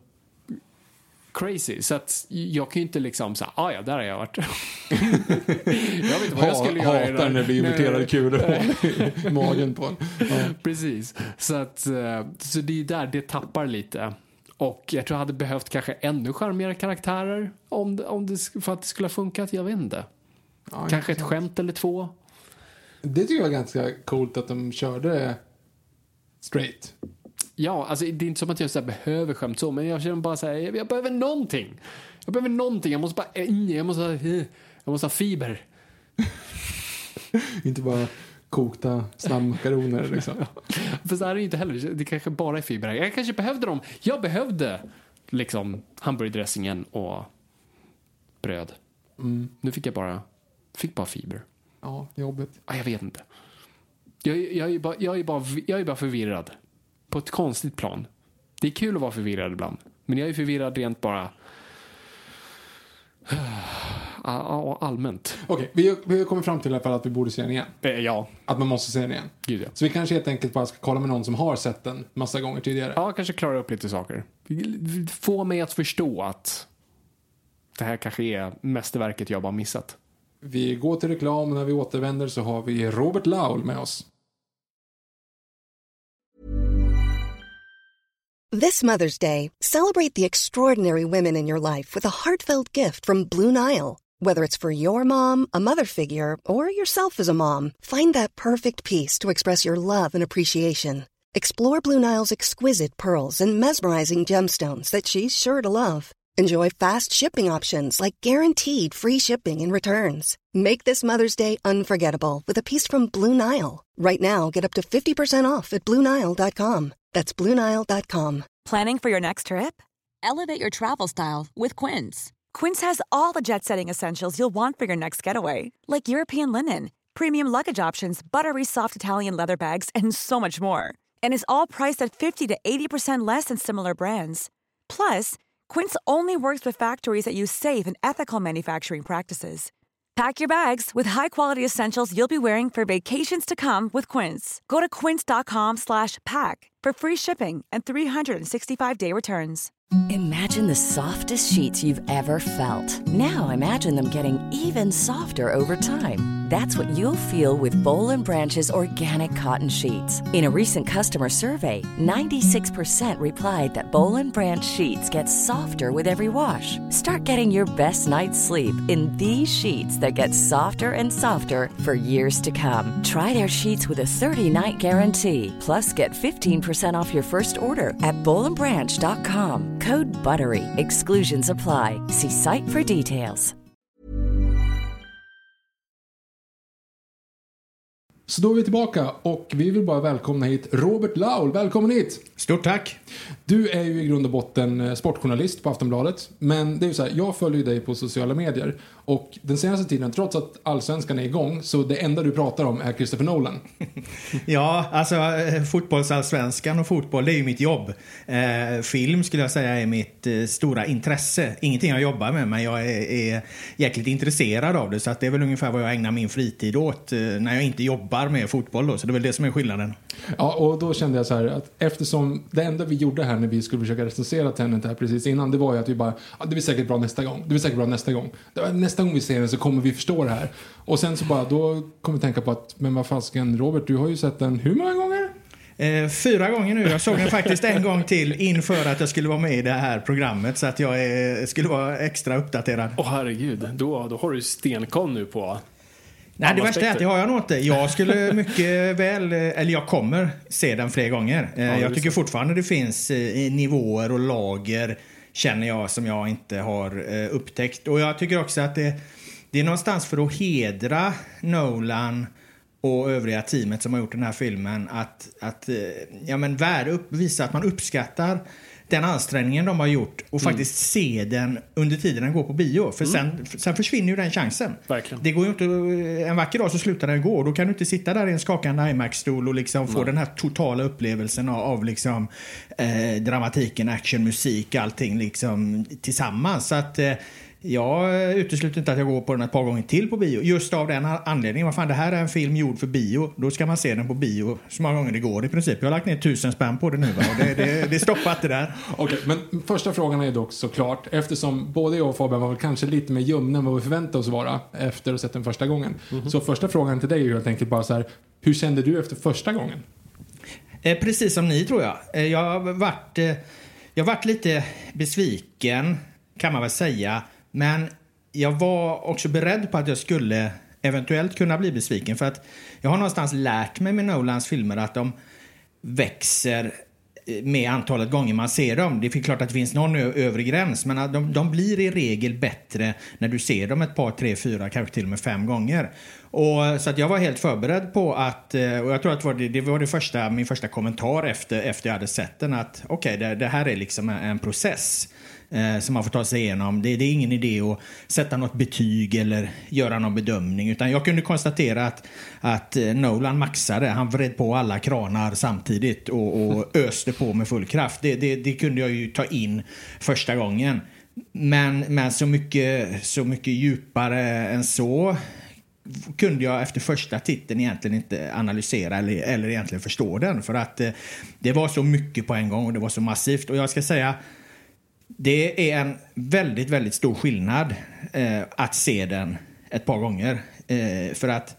crazy, så att jag kan ju inte liksom säga, ah ja, där har jag varit. Jag vet inte vad jag skulle ha, göra. Hatar när det blir imiterade kulor på magen på en. Ja. Precis, så att så det är där det tappar lite. Och jag tror jag hade behövt kanske ännu charmigare karaktärer om det, om det, för att det skulle ha funkat, jag vet inte. Ja, kanske ett skämt eller två. Det tycker jag var ganska coolt att de körde straight. Ja, alltså det är inte som att jag så här behöver skämt så, men jag känner bara så här, jag, jag behöver någonting. Jag behöver någonting. Jag måste bara jag måste jag måste ha fiber. Inte bara kokta snabbmakaroner liksom. För så här är det inte heller. Det kanske bara är fiber. Jag kanske behövde dem. Jag behövde liksom hamburgerdressingen och bröd. Mm. Nu fick jag bara fick bara fiber. Ja, jobbigt. Ah, jag vet inte. Jag, jag, är bara, jag, är bara, jag är bara förvirrad. På ett konstigt plan. Det är kul att vara förvirrad ibland. Men jag är förvirrad rent bara allmänt. Okej, okay, vi, vi har kommit fram till i alla fall att vi borde se den igen. Eh, ja. Att man måste se den igen. Gud, ja. Så vi kanske helt enkelt bara ska kolla med någon som har sett den massa gånger tidigare. Ja, kanske klara upp lite saker. Få mig att förstå att det här kanske är mästerverket jag bara missat. Vi går till reklam och när vi återvänder så har vi Robert Laul med oss. This Mother's Day, celebrate the extraordinary women in your life with a heartfelt gift from Blue Nile. Whether it's for your mom, a mother figure, or yourself as a mom, find that perfect piece to express your love and appreciation. Explore Blue Nile's exquisite pearls and mesmerizing gemstones that she's sure to love. Enjoy fast shipping options like guaranteed free shipping and returns. Make this Mother's Day unforgettable with a piece from Blue Nile. Right now, get up to fifty percent off at blue nile dot com. That's blue nile dot com. Planning for your next trip? Elevate your travel style with Quince. Quince has all the jet-setting essentials you'll want for your next getaway, like European linen, premium luggage options, buttery soft Italian leather bags, and so much more. And is all priced at fifty to eighty percent less than similar brands. Plus, Quince only works with factories that use safe and ethical manufacturing practices. Pack your bags with high-quality essentials you'll be wearing for vacations to come with Quince. Go to quince dot com slash pack for free shipping and three sixty-five day returns. Imagine the softest sheets you've ever felt. Now imagine them getting even softer over time. That's what you'll feel with Boll and Branch's organic cotton sheets. In a recent customer survey, ninety-six percent replied that Boll and Branch sheets get softer with every wash. Start getting your best night's sleep in these sheets that get softer and softer for years to come. Try their sheets with a thirty-night guarantee. Plus, get fifteen percent off your first order at boll and branch dot com. Code BUTTERY. Exclusions apply. See site for details. Så då är vi tillbaka och vi vill bara välkomna hit Robert Laul. Välkommen hit! Stort tack! Du är ju i grund och botten sportjournalist på Aftonbladet. Men det är ju så här, jag följer dig på sociala medier. Och den senaste tiden, trots att allsvenskan är igång, så det enda du pratar om är Christopher Nolan. Ja, alltså fotbollsallsvenskan och fotboll, det är ju mitt jobb. Eh, film skulle jag säga är mitt eh, stora intresse. Ingenting jag jobbar med, men jag är, är jäkligt intresserad av det. Så att det är väl ungefär vad jag ägnar min fritid åt eh, när jag inte jobbar med fotboll då. Så det är väl det som är skillnaden. Ja, och då kände jag så här att eftersom det enda vi gjorde här när vi skulle försöka recensera Tenet här precis innan, det var ju att vi bara, ja, det blir säkert bra nästa gång. Det blir säkert bra nästa gång. Det var, nästa gång vi ser den så kommer vi förstå det här. Och sen så bara, då kommer vi tänka på att, men vad fasken, Robert, du har ju sett den hur många gånger? Eh, fyra gånger nu. Jag såg den faktiskt en gång till inför att jag skulle vara med i det här programmet, så att jag är, skulle vara extra uppdaterad. Åh oh, herregud, då, då har du stenkoll nu på... Nej, det värsta är att det har jag nog inte. Jag skulle mycket väl, eller jag kommer se den fler gånger. Ja, jag tycker fortfarande det finns nivåer och lager, känner jag, som jag inte har upptäckt. Och jag tycker också att det, det är någonstans för att hedra Nolan och övriga teamet som har gjort den här filmen, att, att ja, men värde upp, visa att man uppskattar den ansträngningen de har gjort och mm. faktiskt se den under tiden den går på bio. För mm. sen, sen försvinner ju den chansen. Verkligen. Det går ju inte, en vacker dag så slutar den gå. Då kan du inte sitta där i en skakande IMAX-stol och liksom få den här totala upplevelsen av, av liksom, eh, dramatiken, action, musik, allting liksom tillsammans. Så att... Eh, jag utesluter inte att jag går på den ett par gånger till på bio. Just av den anledningen. Vad fan, det här är en film gjord för bio. Då ska man se den på bio så många gånger det går i princip. Jag har lagt ner tusen spänn på det nu. Va? Och det, det, det stoppar inte där. Okej, men första frågan är dock såklart. Eftersom både jag och Fabian var väl kanske lite mer ljumna än vad vi förväntade oss vara efter att ha sett den första gången. Mm-hmm. Så första frågan till dig är ju helt enkelt bara så här. Hur kände du efter första gången? Eh, precis som ni, tror jag. Eh, jag har varit, eh, jag har varit lite besviken, kan man väl säga. Men jag var också beredd på att jag skulle eventuellt kunna bli besviken. För att jag har någonstans lärt mig med Nolans filmer att de växer med antalet gånger man ser dem. Det är klart att det finns någon övre gräns, men de, de blir i regel bättre när du ser dem ett par, tre, fyra, kanske till och med fem gånger. Och, så att jag var helt förberedd på att, och jag tror att det var det, det, var det första, min första kommentar efter, efter jag hade sett den, att okej, okay, det, det här är liksom en, en process eh, som man får ta sig igenom. Det, det är ingen idé att sätta något betyg eller göra någon bedömning, utan jag kunde konstatera att, att Nolan maxade. Han vred på alla kranar samtidigt och, och öste på med full kraft. Det, det, det kunde jag ju ta in första gången. Men, men så mycket, så mycket djupare än så kunde jag efter första titeln egentligen inte analysera eller, eller egentligen förstå den. För att eh, det var så mycket på en gång och det var så massivt. Och jag ska säga, det är en väldigt, väldigt stor skillnad eh, att se den ett par gånger. Eh, för att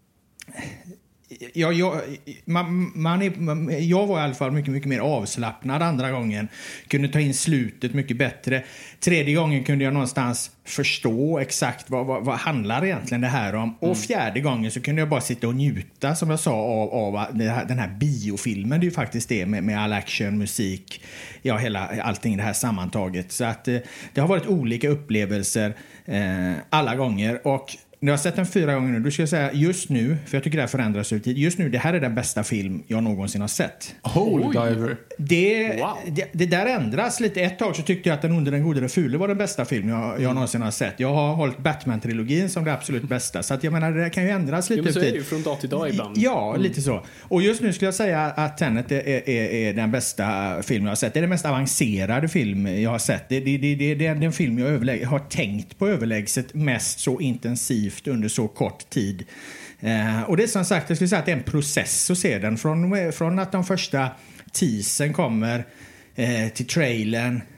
Ja, jag, man, man är, man, jag var i alla fall mycket, mycket mer avslappnad andra gången. Kunde ta in slutet mycket bättre. Tredje gången kunde jag någonstans förstå exakt vad, vad, vad handlar egentligen det här om. Och fjärde gången så kunde jag bara sitta och njuta, som jag sa, av, av den, här, den här biofilmen. Det är ju faktiskt det med, med all action, musik, ja, hela, allting det här sammantaget. Så att eh, det har varit olika upplevelser eh, alla gånger. Och jag har sett den fyra gånger nu. Då ska jag säga just nu, för jag tycker det här förändras över tid. Just nu, det här är den bästa film jag någonsin har sett. Holy diver. Det, wow. det, det där ändras lite. Ett tag så tyckte jag att Den onde, den gode, den fule var den bästa film jag, jag mm. någonsin har sett. Jag har hållit Batman-trilogin som det absolut bästa. Så att jag menar, det där kan ju ändras lite. Jo, men så är det ju från dag till dag ibland. Ja, mm. lite så. Och just nu skulle jag säga att Tenet är, är, är den bästa film jag har sett. Det är den mest avancerade film jag har sett. Det, det, det, det, det är den film jag överlägg, har tänkt på överlägset mest så intensivt under så kort tid. Eh, och det är som sagt, jag skulle säga att det är en process att se den. Från, från att de första teasern kommer eh, till trailern,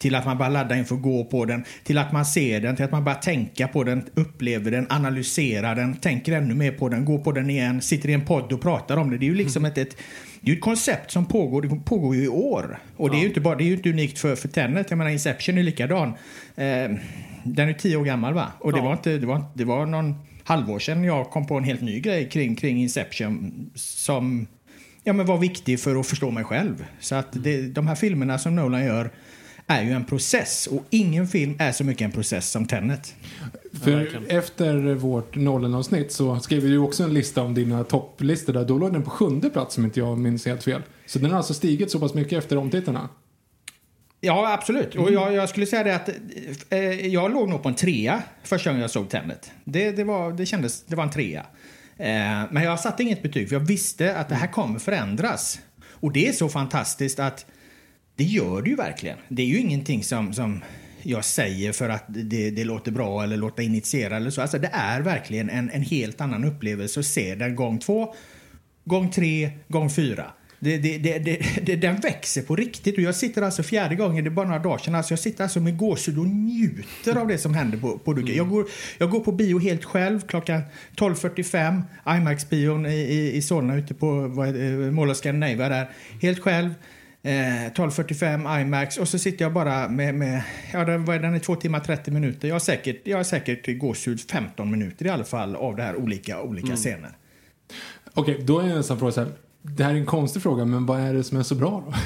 till att man bara laddar inför att gå på den, till att man ser den, till att man bara tänka på den, upplever den, analyserar den, tänker ännu mer på den, går på den igen, sitter i en podd och pratar om det. Det är ju liksom ett, ett, det är ett koncept som pågår, det pågår ju i år. Och det är ju inte bara, det är ju inte unikt för, för Tenet. Jag menar, Inception är likadan. Eh, den är tio år gammal, va? Och det ja. var inte, det var, det var någon halvår sedan jag kom på en helt ny grej kring, kring Inception som ja, men var viktig för att förstå mig själv. Så att det, de här filmerna som Nolan gör är ju en process. Och ingen film är så mycket en process som Tenet. För ja, efter vårt Nolan-avsnitt så skrev vi ju också en lista om dina topplistor där. Då låg den på sjunde plats om inte jag minns helt fel. Så den har alltså stigit så pass mycket efter omtittarna. Ja, absolut. Och jag, jag skulle säga det att eh, jag låg nog på en trea första gången jag såg Tenet. Det, det, var, det kändes, det var en trea. Eh, men jag satte inget betyg för jag visste att det här kommer förändras. Och det är så fantastiskt att det gör det ju verkligen. Det är ju ingenting som, som jag säger för att det, det låter bra eller låter initiera eller så. Alltså det är verkligen en, en helt annan upplevelse att se den gång två, gång tre, gång fyra. Det, det, det, det, det, den växer på riktigt. Och jag sitter alltså fjärde gången, det är bara några dagar sedan. Alltså jag sitter alltså med gåshud och njuter av det som händer på, på mm. jag, går, jag går på bio helt själv klockan tolv fyrtiofem. IMAX-bion i, i, i Solna ute på Mall of Scandinavia där. Helt själv. Eh, tolv fyrtiofem IMAX. Och så sitter jag bara med... med ja, den, den är två timmar trettio minuter. Jag har säkert, jag har säkert gåshud femton minuter i alla fall av det här olika, olika mm. scener. Okej, okay, då är det nästan fråga så här. Det här är en konstig fråga, men vad är det som är så bra då?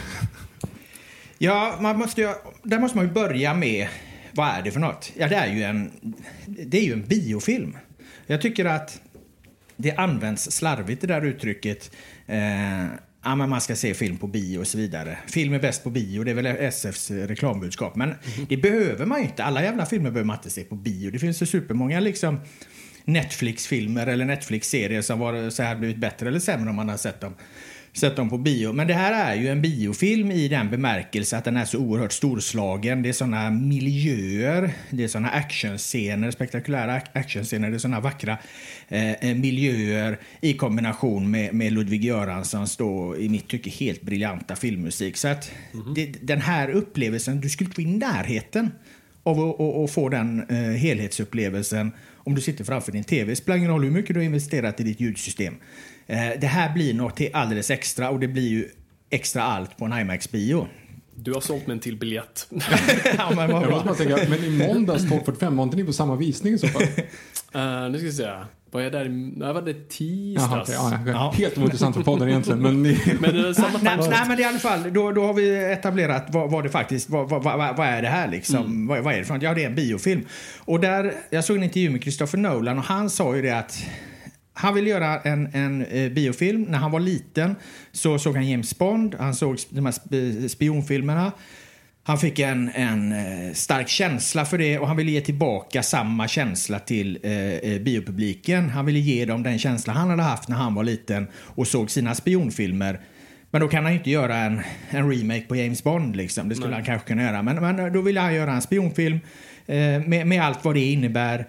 Ja, man måste ju, där måste man ju börja med, vad är det för något? Ja, det är ju en, det är ju en biofilm. Jag tycker att det används slarvigt, det där uttrycket. Eh, ja, men man ska se film på bio och så vidare. Film är bäst på bio, det är väl S F:s reklambudskap. Men mm-hmm. det behöver man ju inte. Alla jävla filmer behöver man inte se på bio. Det finns så supermånga liksom Netflix-filmer eller Netflix-serier som var så här blivit bättre eller sämre om man har sett dem, sett dem på bio. Men det här är ju en biofilm i den bemärkelse att den är så oerhört storslagen. Det är såna miljöer, det är såna actionscener, spektakulära actionscener, det är såna vackra eh, miljöer i kombination med, med Ludwig Göranssons då i mitt tycke helt briljanta filmmusik. Så att mm-hmm. det, den här upplevelsen, du skulle inte vara i närheten av att, att, att få den eh, helhetsupplevelsen om du sitter framför din tv. Spelar ingen roll hur mycket du har investerat i ditt ljudsystem. Eh, det här blir något till alldeles extra och det blir ju extra allt på en IMAX-bio. Du har sålt mig en till biljett. Ja, men, jag måste bara tänka, men i måndags tolv fyrtiofem var inte ni på samma visning i så fall? Uh, nu ska vi se. Var jag där i, nej, var det tisdags? Jaha, okay, ja, ja. Helt ointressant för podden egentligen. Men, ni... men det är samma nej, nej, men i alla fall, då, då har vi etablerat vad, vad det faktiskt, vad, vad, vad, vad är det här liksom? Mm. Vad, vad är det för något? Ja, det är en biofilm. Och där, jag såg en intervju med Christopher Nolan och han sa ju det att han ville göra en, en eh, biofilm. När han var liten så såg han James Bond, han såg de här spionfilmerna. Han fick en, en eh, stark känsla för det och han ville ge tillbaka samma känsla till eh, biopubliken. Han ville ge dem den känsla han hade haft när han var liten och såg sina spionfilmer. Men då kan han inte göra en, en remake på James Bond liksom. Det skulle Nej. han kanske kunna göra. Men, men då ville han göra en spionfilm eh, med, med allt vad det innebär.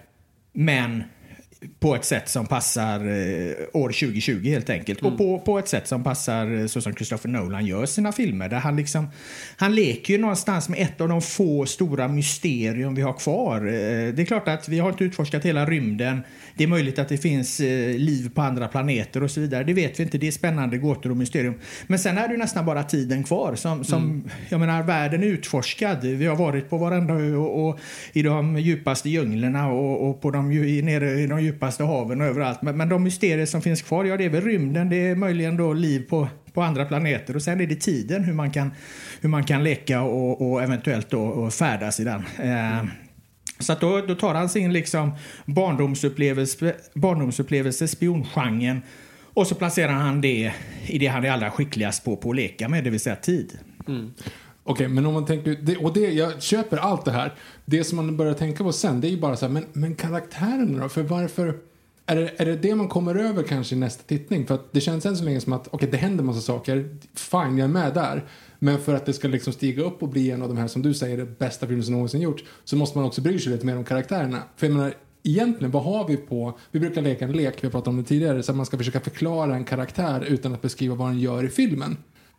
Men på ett sätt som passar eh, år tjugo tjugo helt enkelt. Mm. Och på, på ett sätt som passar så som Christopher Nolan gör sina filmer. Där han liksom, han leker ju någonstans med ett av de få stora mysterium vi har kvar. Eh, det är klart att vi har inte utforskat hela rymden. Det är möjligt att det finns eh, liv på andra planeter och så vidare. Det vet vi inte. Det är spännande gåtor och mysterium. Men sen är det ju nästan bara tiden kvar. Som, som mm. jag menar, världen är utforskad. Vi har varit på varenda ö och, och i de djupaste djunglerna och, och på de, nere i de djupaste haven och överallt. Men, men de mysterier som finns kvar, ja, det är väl rymden. Det är möjligen då liv på, på andra planeter. Och sen är det tiden, hur man kan, hur man kan leka och, och eventuellt då och färdas i den. Eh, så att då, då tar han sin liksom barndomsupplevelse, barndomsupplevelse spiongenren och så placerar han det i det han är allra skickligast på, på att leka med, det vill säga tid. Mm. Okej, okay, men om man tänker, det, och det, jag köper allt det här. Det som man börjar tänka på sen, det är ju bara så här, men, men karaktärerna då? För varför, är det, är det det man kommer över kanske i nästa tittning? För att det känns än så länge som att, okej, okay, det händer massa saker, fine, jag är med där. Men för att det ska liksom stiga upp och bli en av de här, som du säger, det bästa filmen som någonsin gjort, så måste man också bry sig lite mer om karaktärerna. För jag menar, egentligen, vad har vi på, vi brukar leka en lek, vi har pratat om det tidigare, så att man ska försöka förklara en karaktär utan att beskriva vad den gör i filmen.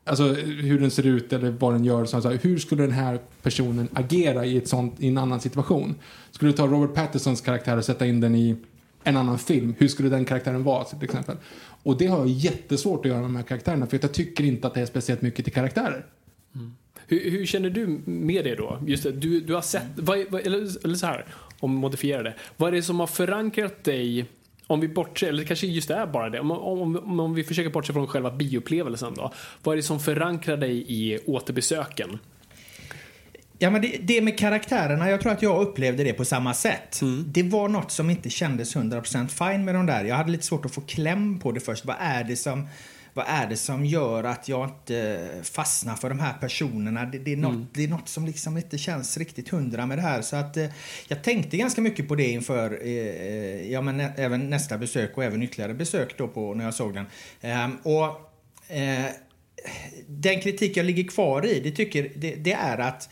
alltså hur den ser ut eller vad den gör. Så här, hur skulle den här personen agera i, ett sånt, i en annan situation? Skulle du ta Robert Pattinsons karaktär och sätta in den i en annan film? Hur skulle den karaktären vara till exempel? Och det har jag jättesvårt att göra med de här karaktärerna, för jag tycker inte att det är speciellt mycket till karaktärer. Mm. Hur, hur känner du med det då? Just det, du, du har sett, vad, vad, eller, eller så här, om vi modifierar det. Vad är det som har förankrat dig, om vi bortser, eller kanske just det är bara det, om, om, om, om vi försöker bortse från själva bioupplevelsen då. Vad är det som förankrar dig i återbesöken? Ja, men det, det med karaktärerna, jag tror att jag upplevde det på samma sätt. Mm. Det var något som inte kändes hundra procent fine med de där. Jag hade lite svårt att få kläm på det först. Vad är det som, vad är det som gör att jag inte fastnar för de här personerna? Det, det, är, något, mm. det är något som liksom inte känns riktigt hundra med det här. Så att, eh, jag tänkte ganska mycket på det inför eh, ja, men nä, även nästa besök och även ytterligare besök då på, när jag såg den. Eh, och eh, den kritik jag ligger kvar i, det, tycker, det, det är att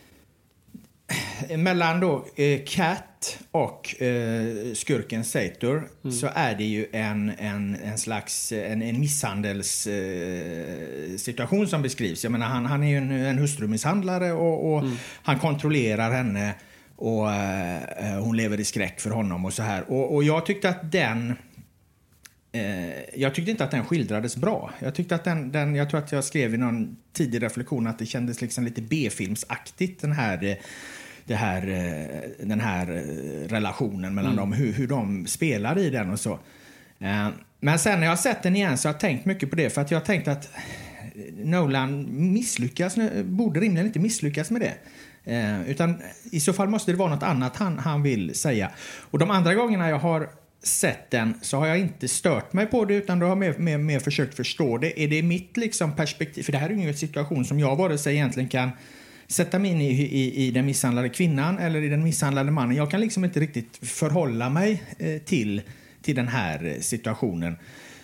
mellan då eh, Cat och eh, skurken Sator mm. så är det ju en, en, en slags en, en misshandelssituation eh, som beskrivs. Jag menar, han, han är ju en, en hustrumisshandlare och, och mm. han kontrollerar henne och eh, hon lever i skräck för honom och så här. Och, och jag tyckte att den eh, jag tyckte inte att den skildrades bra. Jag tyckte att den, den jag tror att jag skrev i någon tidig reflektion att det kändes liksom lite B-filmsaktigt, den här eh, det här, den här relationen mellan mm. dem, hur, hur de spelar i den och så. Men sen när jag har sett den igen så har jag tänkt mycket på det, för att jag har tänkt att Nolan misslyckas, borde rimligen inte misslyckas med det. Utan i så fall måste det vara något annat han, han vill säga. Och de andra gångerna jag har sett den så har jag inte stört mig på det, utan då har jag mer, mer, mer försökt förstå det. Är det mitt liksom perspektiv? För det här är ju ingen situation som jag vare sig egentligen kan sätta mig in i, i, i den misshandlade kvinnan eller i den misshandlade mannen. Jag kan liksom inte riktigt förhålla mig eh, till, till den här situationen.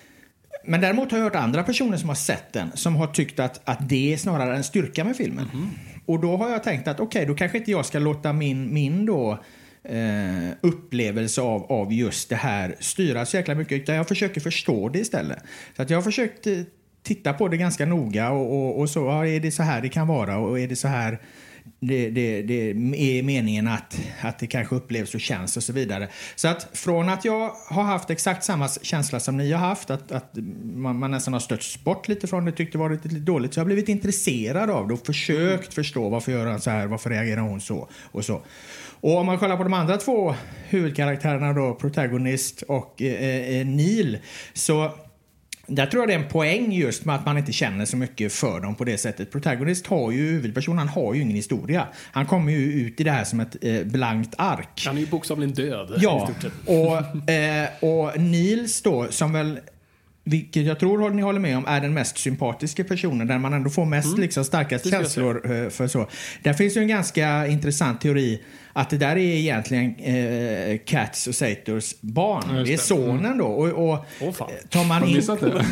Men däremot har jag hört andra personer som har sett den som har tyckt att, att det är snarare en styrka med filmen. Mm. Och då har jag tänkt att okej, okay, då kanske inte jag ska låta min, min då, eh, upplevelse av, av just det här styra så jäkla mycket, utan jag försöker förstå det istället. Så att jag har försökt eh, titta på det ganska noga och, och, och så ja, är det så här det kan vara, och är det så här det, det, det är meningen att, att det kanske upplevs och känns och så vidare. Så att från att jag har haft exakt samma känsla som ni har haft, att, att man, man nästan har stött bort lite från det, tyckte det var lite, lite dåligt, så jag har blivit intresserad av det och försökt förstå varför gör han så här, varför reagerar hon så och så. Och om man kollar på de andra två huvudkaraktärerna då, protagonist och eh, eh, Neil, så där tror jag det är en poäng just med att man inte känner så mycket för dem på det sättet. Protagonist har ju, huvudpersonen, han har ju ingen historia. Han kommer ju ut i det här som ett eh, blankt ark. Han är ju bokstavligen död. Ja, och, eh, och Nils då, som väl, vilket jag tror ni håller med om, är den mest sympatiska personen, där man ändå får mest mm. liksom, starkast känslor eh, för så. Där finns ju en ganska intressant teori att det där är egentligen eh, Cats och Sators barn. Ja, det. det är sonen då. Och, och oh, tar man in,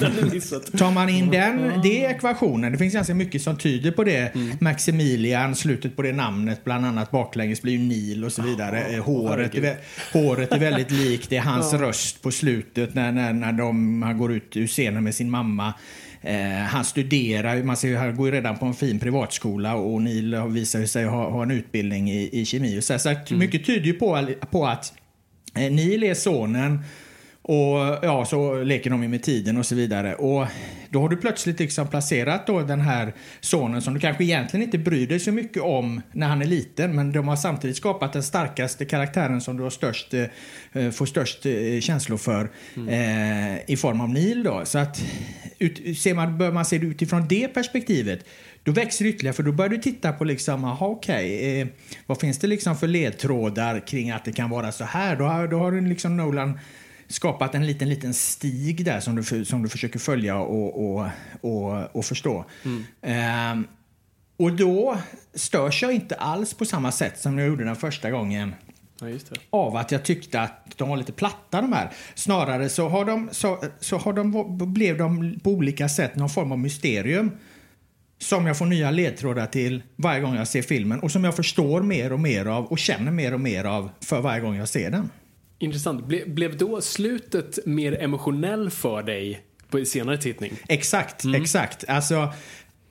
tar man in den, det ekvationen, det finns ganska mycket som tyder på det. Mm. Maximilian, slutet på det namnet, bland annat baklänges blir ju Neil och så vidare. Oh, håret, är, håret är väldigt likt. Det är hans oh. röst på slutet när, när, när de han går ut ur scenen med sin mamma. Eh, han studerar, man ser, han går ju redan på en fin privatskola, och Neil visar sig ha, ha en utbildning i, i kemi och så, så att mycket tyder ju på, på att eh, Neil är sonen, och ja, så leker de med tiden och så vidare, och då har du plötsligt liksom placerat då den här sonen som du kanske egentligen inte bryr dig så mycket om när han är liten, men de har samtidigt skapat den starkaste karaktären som du har störst, eh, får störst eh, känslor för mm. eh, i form av Neil då. Så att ut, ser man, bör man se det utifrån det perspektivet, då växer det ytterligare, för då börjar du titta på liksom, aha, okej, eh, vad finns det liksom för ledtrådar kring att det kan vara så här? Då har, då har du liksom Nolan skapat en liten liten stig där som du, som du försöker följa och, och, och, och förstå. Mm. Ehm, och då störs jag inte alls på samma sätt som jag gjorde den första gången. Ja, just det. Av att jag tyckte att de var lite platta, de här. Snarare så, har de, så, så har de, blev de på olika sätt någon form av mysterium som jag får nya ledtrådar till varje gång jag ser filmen, och som jag förstår mer och mer av och känner mer och mer av för varje gång jag ser den. Intressant. Ble, blev då slutet mer emotionell för dig på senare tittning? Exakt, mm. exakt. Alltså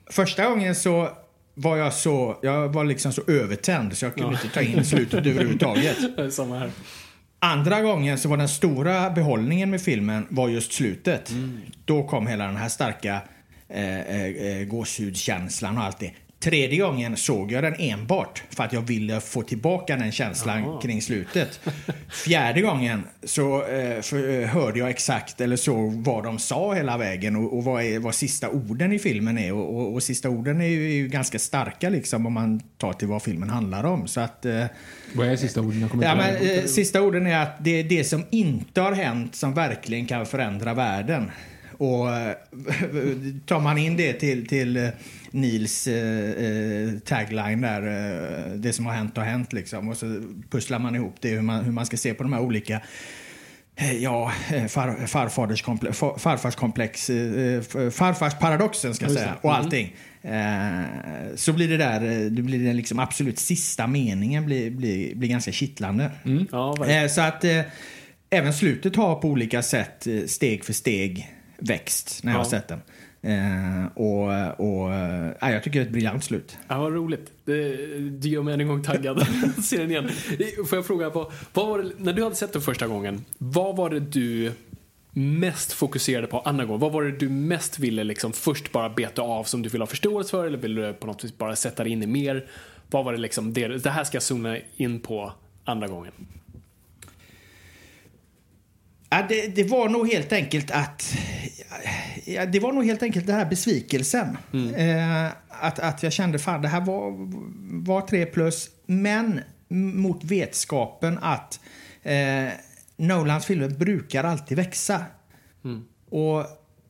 första gången så var jag så, jag var liksom så övertänd så jag kunde ja. inte ta in slutet överhuvudtaget. Samma här. Andra gången så var den stora behållningen med filmen var just slutet. Mm. Då kom hela den här starka eh, eh, gåshudkänslan och allt det. Tredje gången såg jag den enbart för att jag ville få tillbaka den känslan Aha. kring slutet. Fjärde gången så eh, för, eh, hörde jag exakt eller såg vad de sa hela vägen och, och vad, är, vad sista orden i filmen är. Och, och, och sista orden är ju, är ju ganska starka liksom om man tar till vad filmen handlar om. Så att, eh, vad är sista orden? Jag kommer ja, men, eh, sista orden är att det är det som inte har hänt som verkligen kan förändra världen. Och tar man in det till, till Nils eh, tagline där, eh, det som har hänt har hänt liksom, och så pusslar man ihop det hur man, hur man ska se på de här olika eh, ja, far, farfaders komplex, far, farfarskomplex eh, farfarsparadoxen ska jag säga och allting. Eh, så blir det där, det blir den liksom absolut sista meningen blir, blir, blir ganska kittlande. Mm. Ja, eh, så att eh, även slutet har på olika sätt eh, steg för steg växt när jag ja. har sett den. Eh, och och eh, jag tycker det är ett briljant slut. Ja, vad roligt. Det, det gör mig en gång taggad. Se den igen. Får jag fråga på, vad var det, när du hade sett den första gången, vad var det du mest fokuserade på andra gången? Vad var det du mest ville liksom först bara beta av som du ville ha förståelse för, eller ville du på något vis bara sätta dig in i mer? Vad var det liksom, det, det här ska jag zona in på andra gången? Ja, det, det var nog helt enkelt att ja, det var nog helt enkelt den här besvikelsen. Mm. Eh, att, att jag kände fan det här var, var tre plus, men mot vetskapen att eh, Nolans filmer brukar alltid växa. Mm. Och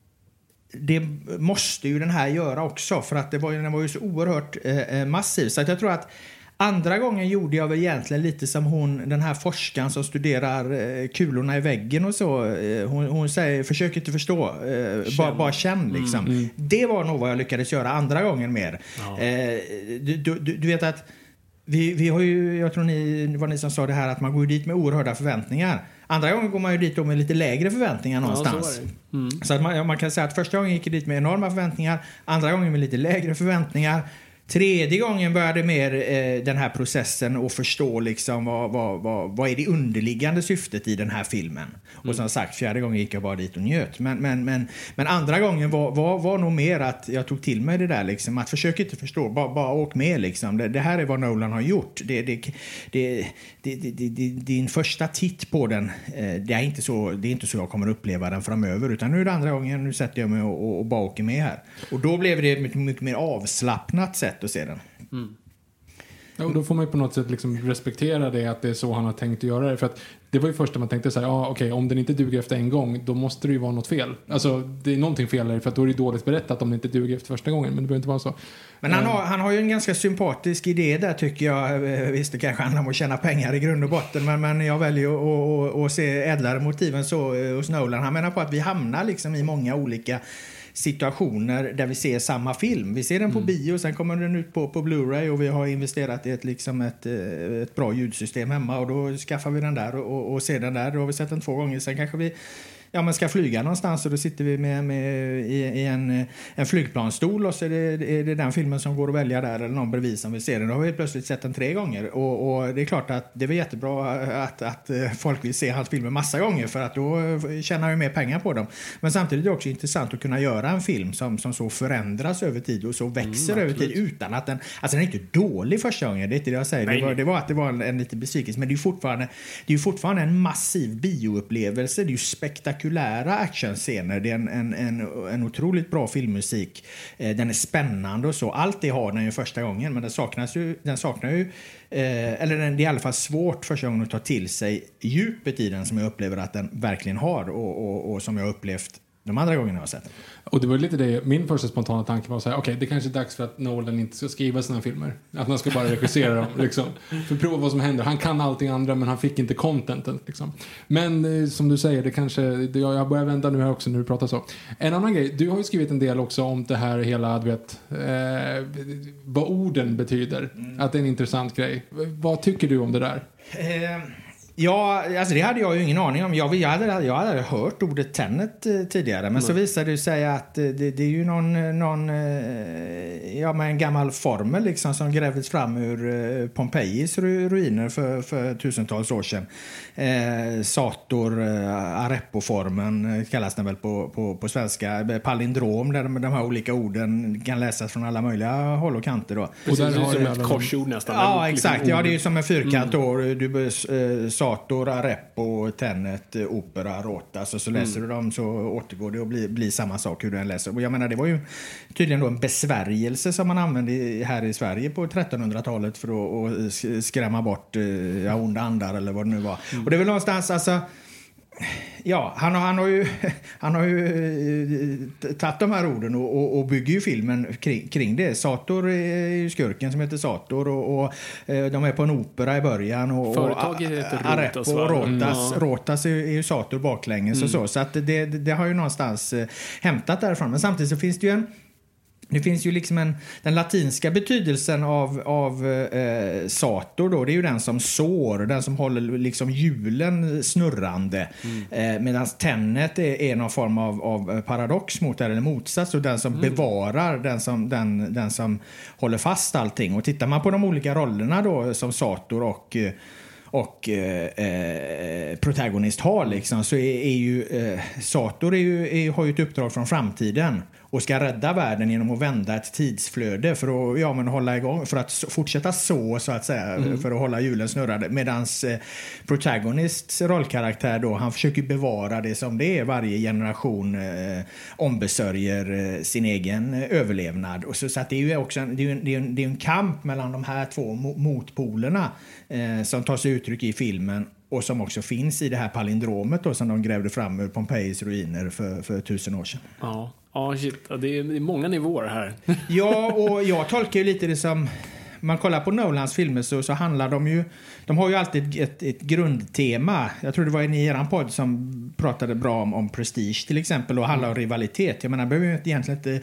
det måste ju den här göra också, för att det var, den var ju så oerhört eh, massiv. Så att jag tror att andra gången gjorde jag väl egentligen lite som hon, den här forskaren som studerar eh, kulorna i väggen och så. Eh, hon, hon säger, försök inte förstå, eh, bara, bara känn liksom. Mm, mm. Det var nog vad jag lyckades göra andra gången mer. Ja. Eh, du, du, du vet att vi, vi har ju, jag tror ni, det var ni som sa det här, att man går dit med oerhörda förväntningar. Andra gången går man ju dit med lite lägre förväntningar någonstans. Ja, så, mm. så att man, man kan säga att första gången gick jag dit med enorma förväntningar, andra gången med lite lägre förväntningar. Tredje gången började mer eh, den här processen och förstå liksom vad, vad, vad, vad är det underliggande syftet i den här filmen. Mm. Och som sagt, fjärde gången gick jag bara dit och njöt. Men, men, men, men andra gången var, var, var nog mer att jag tog till mig det där liksom, att försöka inte förstå, bara, bara åk med liksom. Det, det här är vad Nolan har gjort. Det, det, det, det, det, det, det, din första titt på den, eh, det, är inte så, det är inte så jag kommer uppleva den framöver, utan nu är det andra gången, nu sätter jag mig och, och, och bara åker med här. Och då blev det ett mycket, mycket mer avslappnat sätt att se den. Mm. Ja, och då får man ju på något sätt liksom respektera det, att det är så han har tänkt att göra det. För att det var ju första man tänkte så här, ja okej, okay, om den inte duger efter en gång, då måste det ju vara något fel. Alltså det är någonting fel där, för att då är det dåligt berättat om det inte duger efter första gången, men det behöver inte vara så. Men han har, han har ju en ganska sympatisk idé där, tycker jag. Visst, det kanske handlar om att tjäna pengar i grund och botten, men, men jag väljer att, att, att se ädlare motiven så hos Nolan. Han menar på att vi hamnar liksom i många olika situationer där vi ser samma film. Vi ser den på mm. bio, sen kommer den ut på, på Blu-ray och vi har investerat i ett, liksom ett, ett bra ljudsystem hemma, och då skaffar vi den där och, och ser den där. Då har vi sett den två gånger. Sen kanske vi ja, man ska flyga någonstans, och då sitter vi med, med i, i en, en flygplanstol, och så är det, är det den filmen som går att välja där, eller någon bredvid som vill se den. Då har vi plötsligt sett den tre gånger, och, och det är klart att det är jättebra att, att folk vill se hans filmer massa gånger, för att då tjänar vi mer pengar på dem. Men samtidigt är det också intressant att kunna göra en film som, som så förändras över tid och så växer mm, över tid utan att den, alltså den är inte dålig första gången, det är inte det jag säger. Det var, det var att det var en, en liten besvikelse, men det är ju fortfarande, det är ju fortfarande en massiv bioupplevelse. Det är ju spektakulärt actionscener, det är en, en, en, en otroligt bra filmmusik, eh, den är spännande och så, allt det har den ju första gången, men den saknas ju, den saknar ju eh, eller den, det är i alla fall svårt första gången att ta till sig djupet i den, som jag upplever att den verkligen har, och, och, och som jag upplevt de andra gångerna jag har sett den. Och det var lite det, min första spontana tanke var att säga, okej, okay, det kanske är dags för att Nolan inte ska skriva sina filmer. Att man ska bara regissera dem, liksom. För att prova vad som händer. Han kan allting andra, men han fick inte contenten, liksom. Men eh, som du säger, det kanske, det, jag börjar vänta nu här också när du pratar så. En annan grej, du har ju skrivit en del också om det här hela, du vet, eh, vad orden betyder. Mm. Att det är en intressant grej. Vad tycker du om det där? Eh... Ja, alltså det hade jag ju ingen aning om. Jag, jag, hade, jag hade hört ordet Tenet eh, tidigare. Men mm. så visade det sig att eh, det, det är ju någon, någon eh, ja, men en gammal formel liksom, som grävdes fram ur eh, Pompejis ru, ruiner för, för tusentals år sedan. Eh, Sator eh, Arepo-formen eh, kallas den väl på, på, på svenska. Palindrom, där de, de här olika orden kan läsas från alla möjliga håll och kanter. Då. Och där har som ett korsord nästan. Ja, exakt. Ja, det är ju som en fyrkant. Mm. Du eh, Sator, Arepo, Tenet, Opera, Rota. Så, så läser mm. du dem så återgår det och blir, blir samma sak hur du än läser. Och jag menar, det var ju tydligen då en besvärjelse som man använde här i Sverige på trettonhundratalet för att, att skrämma bort ja, onda andar eller vad det nu var. Mm. Och det är väl någonstans, alltså... Ja, han har, han har ju, han har ju tagit de här orden och, och, och bygger ju filmen kring, kring det. Sator är ju skurken som heter Sator och, och de är på en opera i början. Och, Företaget heter Arepo Rotas. Och Rotas, mm. Rotas är, är ju Sator baklänges mm. och så. Så att det, det har ju någonstans hämtat därifrån. Men samtidigt så finns det ju en Det finns ju liksom en, den latinska betydelsen av, av eh, Sator då, det är ju den som sår, den som håller liksom hjulen snurrande. Mm. Eh, medan Tenet är, är någon form av, av paradox mot det, eller motsats, och den som mm. bevarar, den som, den, den som håller fast allting. Och tittar man på de olika rollerna då som Sator och och eh, protagonist har liksom, så är, är ju eh, Sator är ju, är, har ju ett uppdrag från framtiden och ska rädda världen genom att vända ett tidsflöde för att, ja, men hålla igång, för att fortsätta så, så att säga, mm. för att hålla hjulen snurrade. Medans eh, protagonists rollkaraktär då, han försöker bevara det som det är. Varje generation eh, ombesörjer eh, sin egen eh, överlevnad. Och så, så att det är ju också en, det är en, det är en, det är en kamp mellan de här två mo- motpolerna eh, som tar sig uttryck i filmen. Och som också finns i det här palindromet då, som de grävde fram ur Pompejis ruiner för, för tusen år sedan. Ja, ja shit. Det är många nivåer här. Ja, och jag tolkar ju lite det som... Man kollar på Nolans filmer så, så handlar de ju... De har ju alltid ett, ett grundtema. Jag tror det var en i eran podd som pratade bra om, om prestige till exempel, och handlar om rivalitet. Jag menar, det behöver ju egentligen inte...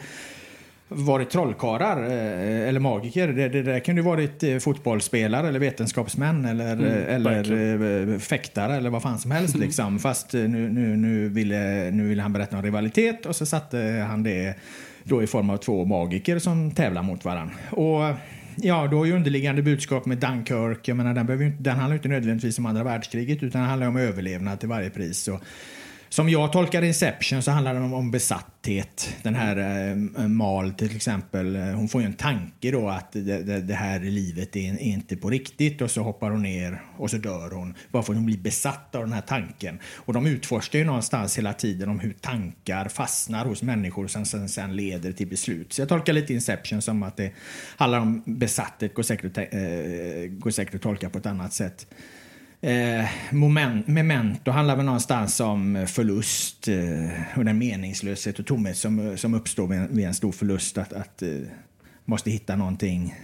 varit trollkarlar eh, eller magiker. Det, det där kan ju varit eh, fotbollsspelare eller vetenskapsmän eller, mm, eller eh, fäktare eller vad fan som helst liksom. Fast eh, nu, nu, nu, ville, nu ville han berätta om rivalitet, och så satte han det då i form av två magiker som tävlar mot varandra. Och ja, då är ju underliggande budskap med Dunkirk. Jag menar, den, behöver ju inte, den handlar ju inte nödvändigtvis om andra världskriget, utan den handlar om överlevnad till varje pris. Och som jag tolkar Inception så handlar det om, om besatthet. Den här eh, Mal till exempel, hon får ju en tanke då att det, det, det här livet är, är inte på riktigt, och så hoppar hon ner och så dör hon. Bara för att hon blir besatt av den här tanken. Och de utforskar ju någonstans hela tiden om hur tankar fastnar hos människor och sen, sen, sen leder till beslut. Så jag tolkar lite Inception som att det handlar om besatthet, går säkert, eh, går säkert att tolka på ett annat sätt. Eh, moment, memento handlar väl någonstans om förlust eh, och den meningslöshet och tomhet som, som uppstår vid en, vid en stor förlust, att, att eh, måste hitta någonting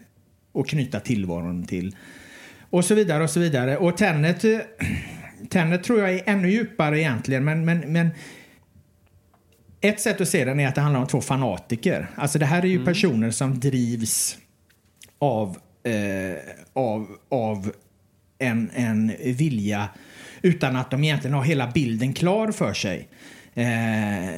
och knyta tillvaron till, och så vidare och så vidare. Och Tenet, eh, Tenet tror jag är ännu djupare egentligen, men, men, men ett sätt att se den är att det handlar om två fanatiker. Alltså det här är ju mm. personer som drivs av eh, av, av En, en vilja utan att de egentligen har hela bilden klar för sig. Eh,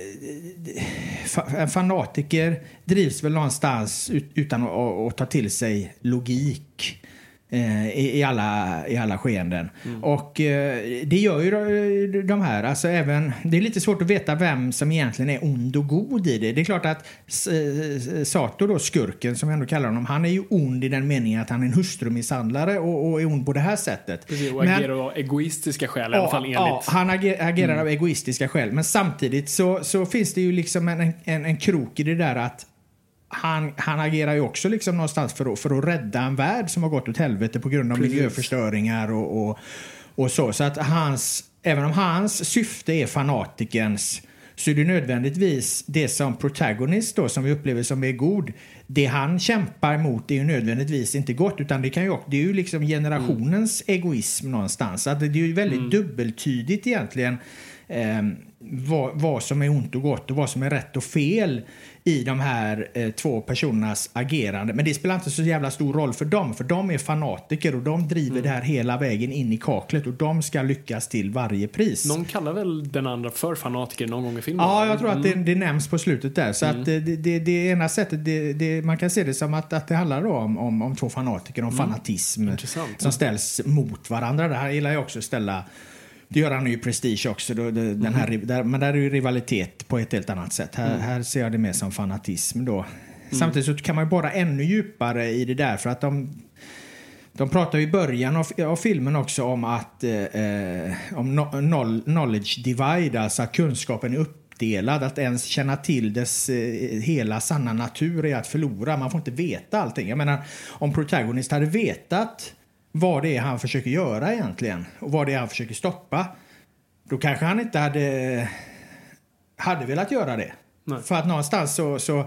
en fanatiker drivs väl någonstans ut, utan att, att ta till sig logik eh, i, i, alla, i alla skeenden. Mm. Och eh, det gör ju de här. Alltså även, det är lite svårt att veta vem som egentligen är ond och god i det. Det är klart att eh, Sator då, skurken som jag ändå kallar honom, han är ju ond i den meningen att han är en hustrumisshandlare och, och är ond på det här sättet. Precis, och agerar av egoistiska skäl, i alla fall enligt. Ja, han ager, agerar mm. av egoistiska skäl. Men samtidigt så, så finns det ju liksom en, en, en krok i det där att Han, han agerar ju också liksom någonstans för att, för att rädda en värld som har gått åt helvete på grund av Precis. miljöförstöringar och, och, och så. Så att hans, även om hans syfte är fanatikens, så är det nödvändigtvis det som protagonist då, som vi upplever som är god, det han kämpar emot är ju nödvändigtvis inte gott, utan det kan ju, det är ju liksom generationens mm. egoism någonstans. Att det är ju väldigt mm. dubbeltydigt egentligen. eh, vad, vad som är ont och gott och vad som är rätt och fel i de här eh, två personernas agerande. Men det spelar inte så jävla stor roll för dem, för de är fanatiker och de driver mm. det här hela vägen in i kaklet och de ska lyckas till varje pris. Någon kallar väl den andra för fanatiker någon gång i filmen? Ja, jag tror att det, det nämns på slutet där. Så mm. att det, det, det ena sättet, det, det, man kan se det som att, att det handlar då om, om, om två fanatiker, om mm. fanatism Intressant. Som ställs mot varandra. Det här gillar jag också att ställa. Det gör han ju i Prestige också. Då, det, mm. den här, där, men där är ju rivalitet på ett helt annat sätt. Här, mm. här ser jag det mer som fanatism då. Mm. Samtidigt så kan man ju borra ännu djupare i det där. För att de, de pratar i början av, av filmen också om att eh, om no, knowledge divide, alltså att kunskapen är uppdelad. Att ens känna till dess eh, hela sanna natur är att förlora. Man får inte veta allting. Jag menar, om protagonist hade vetat vad det är han försöker göra egentligen och vad det är han försöker stoppa, då kanske han inte hade hade velat göra det. Nej. För att någonstans så så,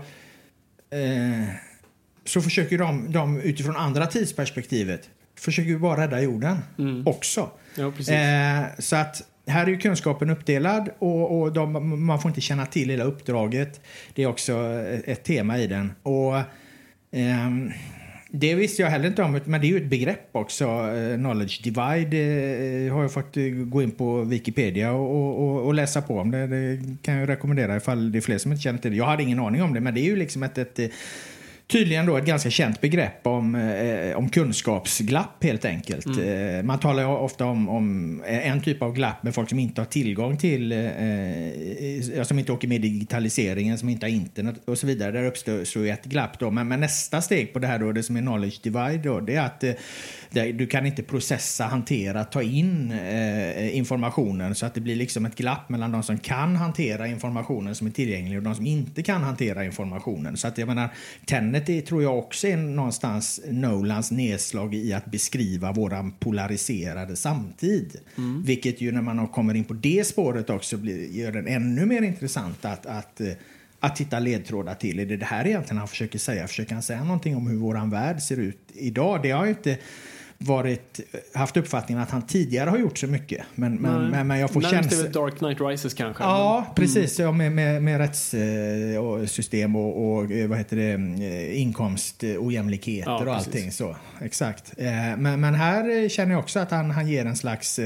eh, så försöker de, de utifrån andra tidsperspektivet försöker ju bara rädda jorden mm. också. Ja, precis. Eh, så att här är ju kunskapen uppdelad och, och de, man får inte känna till hela uppdraget. Det är också ett tema i den. Och eh, det visste jag heller inte om, men det är ju ett begrepp också. Knowledge divide eh, har jag fått gå in på Wikipedia och, och, och läsa på om det. Det kan jag rekommendera ifall det är fler som inte känner till det. Jag hade ingen aning om det, men det är ju liksom ett, ett tydligen då ett ganska känt begrepp om, eh, om kunskapsglapp helt enkelt. Mm. Eh, man talar ju ofta om, om en typ av glapp med folk som inte har tillgång till, eh, som inte åker med digitaliseringen, som inte har internet och så vidare. Där uppstår så ett glapp då. Men, men nästa steg på det här då, det som är knowledge divide då, det är att eh, det, du kan inte processa, hantera, ta in eh, informationen så att det blir liksom ett glapp mellan de som kan hantera informationen som är tillgänglig och de som inte kan hantera informationen. Så att jag menar, Tenet det tror jag också är någonstans Nolans nedslag i att beskriva våran polariserade samtid. Mm. Vilket ju när man kommer in på det spåret också blir, gör den ännu mer intressant att, att, att hitta ledtrådar till. Är det det här egentligen han försöker säga? Försöker han säga någonting om hur våran värld ser ut idag? Det har ju inte varit, haft uppfattningen att han tidigare har gjort så mycket. Men, men, men, men jag får känsla... Dark Knight Rises kanske. Ja, men... precis. Ja, med, med, med rättssystem och, och vad heter det, inkomst, ojämlikheter ja, och allting precis. Så. Exakt. Men, men här känner jag också att han, han ger en slags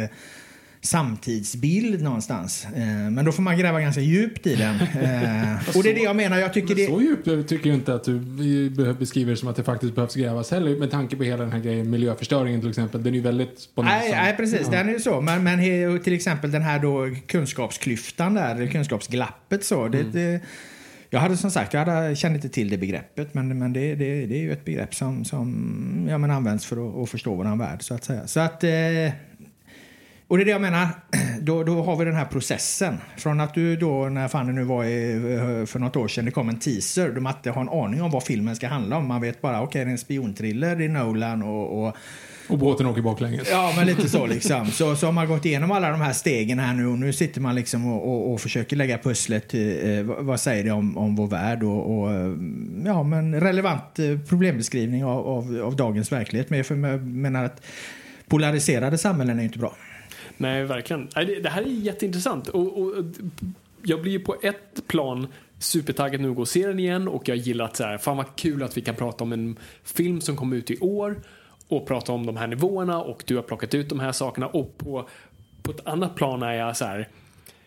samtidsbild någonstans. Men då får man gräva ganska djupt i den. Och det är det jag menar. Jag tycker det... Så djupt tycker jag inte att du beskriver det som att det faktiskt behövs grävas heller, med tanke på hela den här grejen, miljöförstöringen till exempel. Den är ju väldigt spontan. Nej, nej, precis. Ja. Den är ju så. Men, men till exempel den här då kunskapsklyftan där, kunskapsglappet så. Det, mm. det, jag hade som sagt, jag hade, kände inte till det begreppet, men, men det, det, det är ju ett begrepp som, som ja, men används för att, att förstå vår värld, så att säga. Så att... Eh, Och det är det jag menar, då, då har vi den här processen. Från att du då, när fan det nu var i, för något år sedan, det kom en teaser. De inte har en aning om vad filmen ska handla om. Man vet bara, okej, okay, det är en spiontriller, det är Nolan och... Och, och båten åker baklänges. Ja, men lite så liksom. Så, så har man gått igenom alla de här stegen här nu. Och nu sitter man liksom och, och, och försöker lägga pusslet. Eh, vad säger det om, om vår värld? Och, och ja, men relevant problembeskrivning av, av, av dagens verklighet. Men jag menar att polariserade samhällen är inte bra. Nej, verkligen. Det här är jätteintressant. Och, och, jag blir ju på ett plan supertaggad nu att gå och se den igen. Och jag gillar att så här, fan vad kul att vi kan prata om en film som kom ut i år. Och prata om de här nivåerna. Och du har plockat ut de här sakerna. Och på, på ett annat plan är jag så här,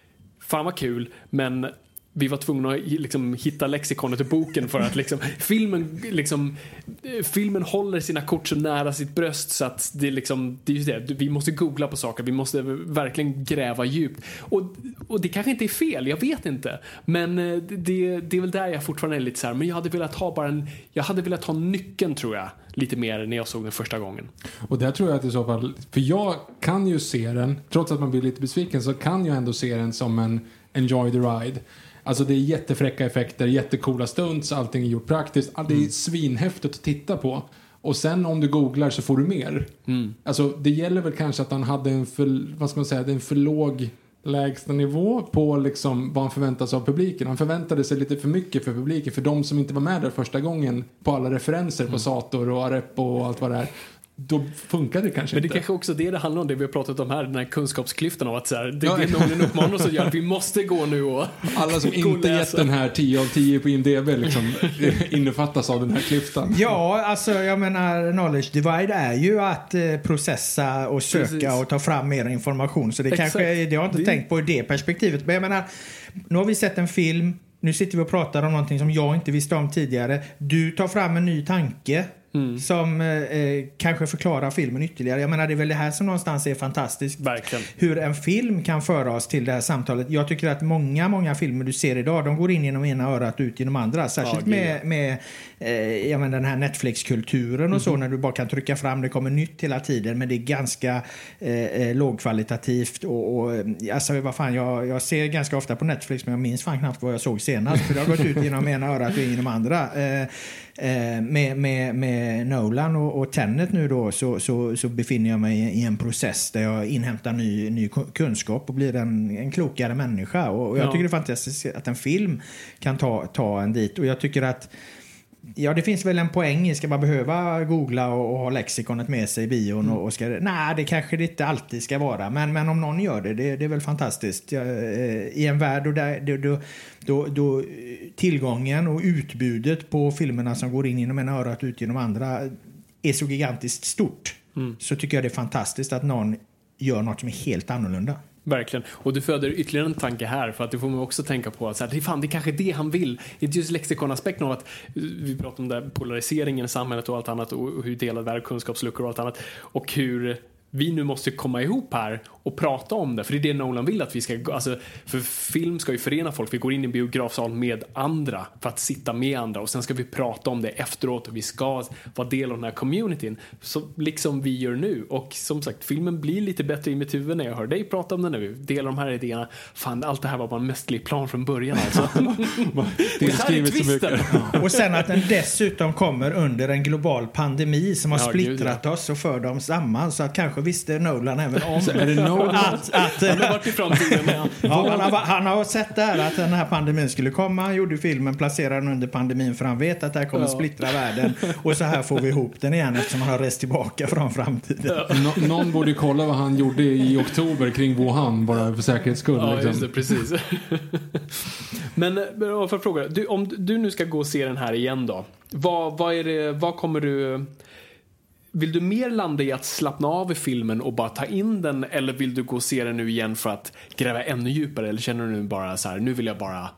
fan vad kul. Men vi var tvungna att liksom hitta lexikonet i boken för att liksom, filmen, liksom, filmen håller sina kort så nära sitt bröst så att det, liksom, det är just det, vi måste googla på saker, vi måste verkligen gräva djupt. Och, och det kanske inte är fel, jag vet inte. Men det, det är väl där jag fortfarande är lite så här, men jag hade velat ha bara en, jag hade velat ha nyckeln tror jag, lite mer när jag såg den första gången. Och där tror jag att i så fall, för jag kan ju se den, trots att man blir lite besviken så kan jag ändå se den som en enjoy the ride. Alltså det är jättefräcka effekter, jättekola stunts, allting är gjort praktiskt. Det är svinhäftigt att titta på. Och sen om du googlar så får du mer. Mm. Alltså det gäller väl kanske att han hade en för, vad ska man säga, en för låg lägsta nivå på liksom vad han förväntas av publiken. Han förväntade sig lite för mycket för publiken. För de som inte var med där första gången på alla referenser mm. på Sator och Arepo och allt vad det är. då funkar det kanske Men det inte. kanske också det det handlar om, det vi har pratat om här, den här kunskapsklyftan av att så här, det, Ja. det är någon uppmanar oss att göra, vi måste gå nu och Alla som gå och inte gett läsa. den här tio av tio på I M D B liksom innefattas av den här klyftan. Ja, alltså jag menar knowledge divide är ju att eh, processa och söka Precis. och ta fram mer information. Så det Exakt. kanske, det har jag inte Det- tänkt på i det perspektivet. Men jag menar, nu har vi sett en film, nu sitter vi och pratar om någonting som jag inte visste om tidigare. Du tar fram en ny tanke. Mm. Som eh, kanske förklarar filmen ytterligare. Jag menar, det är väl det här som någonstans är fantastiskt. Verkligen. Hur en film kan föra oss till det här samtalet. Jag tycker att många, många filmer du ser idag, de går in genom ena örat och ut genom andra. Särskilt Ja, med, med eh, jag menar, den här Netflix-kulturen och så, när du bara kan trycka fram, det kommer nytt hela tiden, men det är ganska eh, lågkvalitativt och, och alltså vad fan, jag, jag ser ganska ofta på Netflix, men jag minns fan knappt vad jag såg senast, för det har gått ut genom ena örat och in genom andra. Eh, eh, med, med, med Nolan och, och Tenet nu då, så, så, så befinner jag mig i en process där jag inhämtar ny, ny kunskap och blir en, en klokare människa, och, och jag Ja. tycker det är fantastiskt att en film kan ta, ta en dit, och jag tycker att ja, det finns väl en poäng i, ska man behöva googla och, och ha lexikonet med sig i bion mm. och, och ska, nej, det kanske det inte alltid ska vara, men, men om någon gör det, det, det är väl fantastiskt. Ja, eh, i en värld där då, då, då, då tillgången och utbudet på filmerna som går in genom en örat ut genom andra är så gigantiskt stort, mm. så tycker jag det är fantastiskt att någon gör något som är helt annorlunda. Verkligen. Och du föder ytterligare en tanke här, för att det får man också tänka på att så här, det, är fan, det är kanske det han vill. Inte just lexikonaspekten av att vi pratar om där polariseringen i samhället och allt annat, och hur delad värld, kunskapsluckor och allt annat, och hur vi nu måste komma ihop här och prata om det, för det är det Nolan vill att vi ska, alltså, för film ska ju förena folk. Vi går in i en biografsal med andra för att sitta med andra, och sen ska vi prata om det efteråt, och vi ska vara del av den här communityn, så liksom vi gör nu. Och som sagt, filmen blir lite bättre i mitt huvud när jag hör dig prata om den nu, delar de här idéerna. Fan, allt det här var bara en mästerlig plan från början alltså. Det är skrivet så mycket. Ja. Och sen att den dessutom kommer under en global pandemi som har Ja, splittrat gud, ja. oss och för dem samman, så att kanske visste Nolan även om Så är det Nolan? att, att Han har varit i framtiden. Ja. ja, han, har, han har sett där att den här pandemin skulle komma. Han gjorde filmen, placerade den under pandemin, för han vet att det här kommer Ja. splittra världen, och så här får vi ihop den igen, eftersom han har rest tillbaka från framtiden. Ja. Nå- någon borde kolla vad han gjorde i oktober kring Wuhan, bara för säkerhets skull. Ja, liksom. just det, precis. Men för att fråga, du, om du nu ska gå och se den här igen då, vad, vad är det, vad kommer du, vill du mer landa i att slappna av i filmen och bara ta in den, eller vill du gå och se den nu igen för att gräva ännu djupare, eller känner du nu bara så här, nu vill jag bara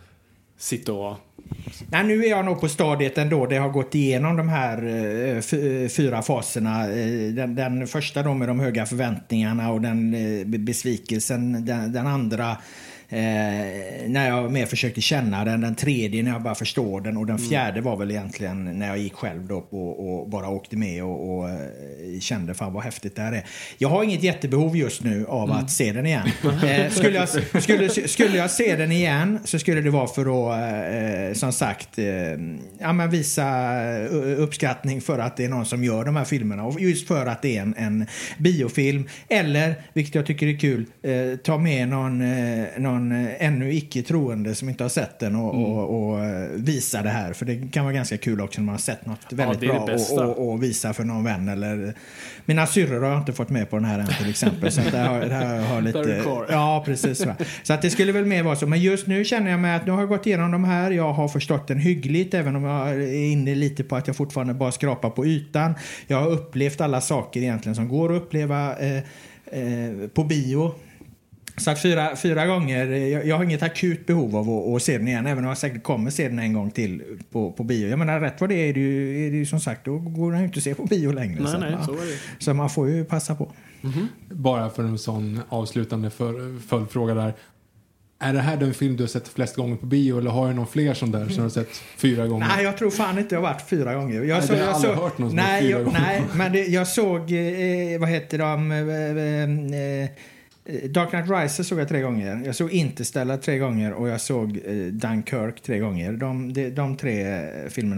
sitta och... Nej, nu är jag nog på stadiet ändå. Det har gått igenom de här eh, f- fyra faserna. Eh, den, den första då med de höga förväntningarna och den eh, besvikelsen. Den, den andra eh, när jag mer försökte känna den. Den tredje när jag bara förstår den. Och den fjärde mm. var väl egentligen när jag gick själv då och, och bara åkte med och, och eh, kände fan vad häftigt det här är. Jag har inget jättebehov just nu av mm. att se den igen. eh, skulle, jag, skulle, skulle jag se den igen så skulle det vara för att eh, som sagt eh, ja, men visa uppskattning för att det är någon som gör de här filmerna, och just för att det är en, en biofilm, eller, vilket jag tycker är kul, eh, ta med någon, eh, någon ännu icke troende som inte har sett den och, mm. och, och visa det här, för det kan vara ganska kul också när man har sett något väldigt ja, bra och, och, och visa för någon vän, eller mina syrror har jag inte fått med på den här än till exempel, så att det har, det har, har lite ja precis va? Så att det skulle väl mer vara så, men just nu känner jag mig att nu har jag gått igenom de här, jag har förstått den hyggligt, även om jag är inne lite på att jag fortfarande bara skrapar på ytan. Jag har upplevt alla saker egentligen som går att uppleva eh, eh, på bio. Så att fyra, fyra gånger, jag, jag har inget akut behov av att, att se den igen, även om jag säkert kommer se den en gång till på, på bio. Jag menar, rätt vad det är, är det ju, är det ju som sagt, då går den ju inte att se på bio längre. Nej, så, nej, man, så, är det. så man får ju passa på. Mm-hmm. Bara för en sån avslutande för, följdfråga där. Är det här den film du har sett flest gånger på bio, eller har du någon fler som där som du har sett fyra gånger? Nej, jag tror fan inte jag har varit fyra gånger. Jag nej, såg, jag har jag aldrig såg, hört någon som nej, fyra jag, gånger. nej, men det, jag såg, eh, vad heter de, eh, eh, Dark Knight Rises såg jag tre gånger. Jag såg Interstellar tre gånger och jag såg eh, Dunkirk tre gånger. De, de, de tre filmerna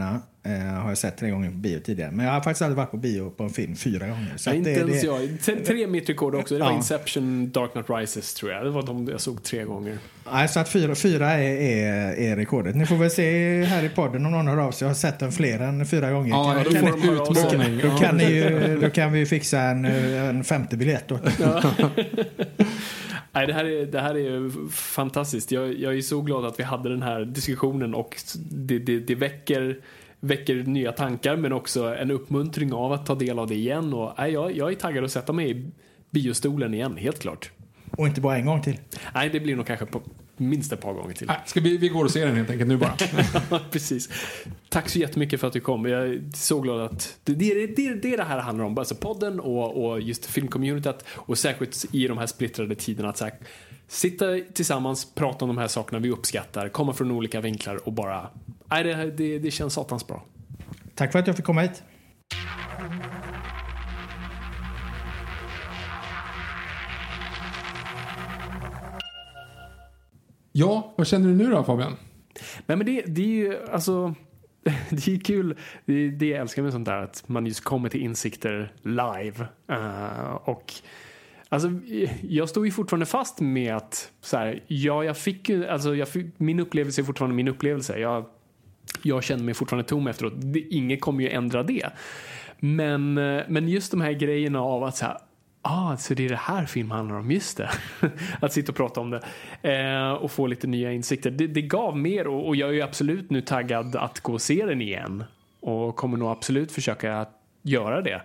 eh, har jag sett tre gånger på bio tidigare. Men jag har faktiskt aldrig varit på bio på en film fyra gånger. Så ja, att inte det, ens det, jag. Tre, tre mitt rekord också. Det var ja. Inception, Dark Knight Rises tror jag. Det var de jag såg tre gånger. Nej, så att fyra, fyra är, är, är rekordet. Ni får väl se här i podden om någon hör av sig. Jag har sett den fler än fyra gånger. Ja, kan, då, kan, får de höra av sig. då, kan ni ju, då kan vi fixa en, en femte biljett då. Ja. Nej, det här är, det här är fantastiskt. Jag, jag är så glad att vi hade den här diskussionen och det, det, det väcker, väcker nya tankar men också en uppmuntring av att ta del av det igen. Och, nej, jag, jag är taggad att sätta mig i biostolen igen, helt klart. Och inte bara en gång till. Nej, det blir nog kanske på minst ett par gånger till. Nej, ska vi, vi går och ser den helt enkelt nu bara. Precis. Tack så jättemycket för att du kom. Jag är så glad att det är det, det, det, det här handlar om. Alltså podden och, och just filmcommunityt och särskilt i de här splittrade tiderna att så här, sitta tillsammans, prata om de här sakerna vi uppskattar, komma från olika vinklar och bara nej, det, det, det känns satans bra. Tack för att jag fick komma hit. Ja, vad känner du nu då, Fabian? Nej, men det, det är ju alltså det är kul, det är det jag älskar med sånt där att man just kommer till insikter live uh, och alltså jag står ju fortfarande fast med att så här, ja, jag fick ju alltså jag fick, min upplevelse är fortfarande min upplevelse. Jag jag känner mig fortfarande tom efteråt. Det, ingen kommer ju ändra det. Men men just de här grejerna av att så här, ah, så det är det här film handlar om, just det. Att sitta och prata om det eh, och få lite nya insikter. Det, det gav mer och, och jag är ju absolut nu taggad att gå och se den igen. Och kommer nog absolut försöka göra det.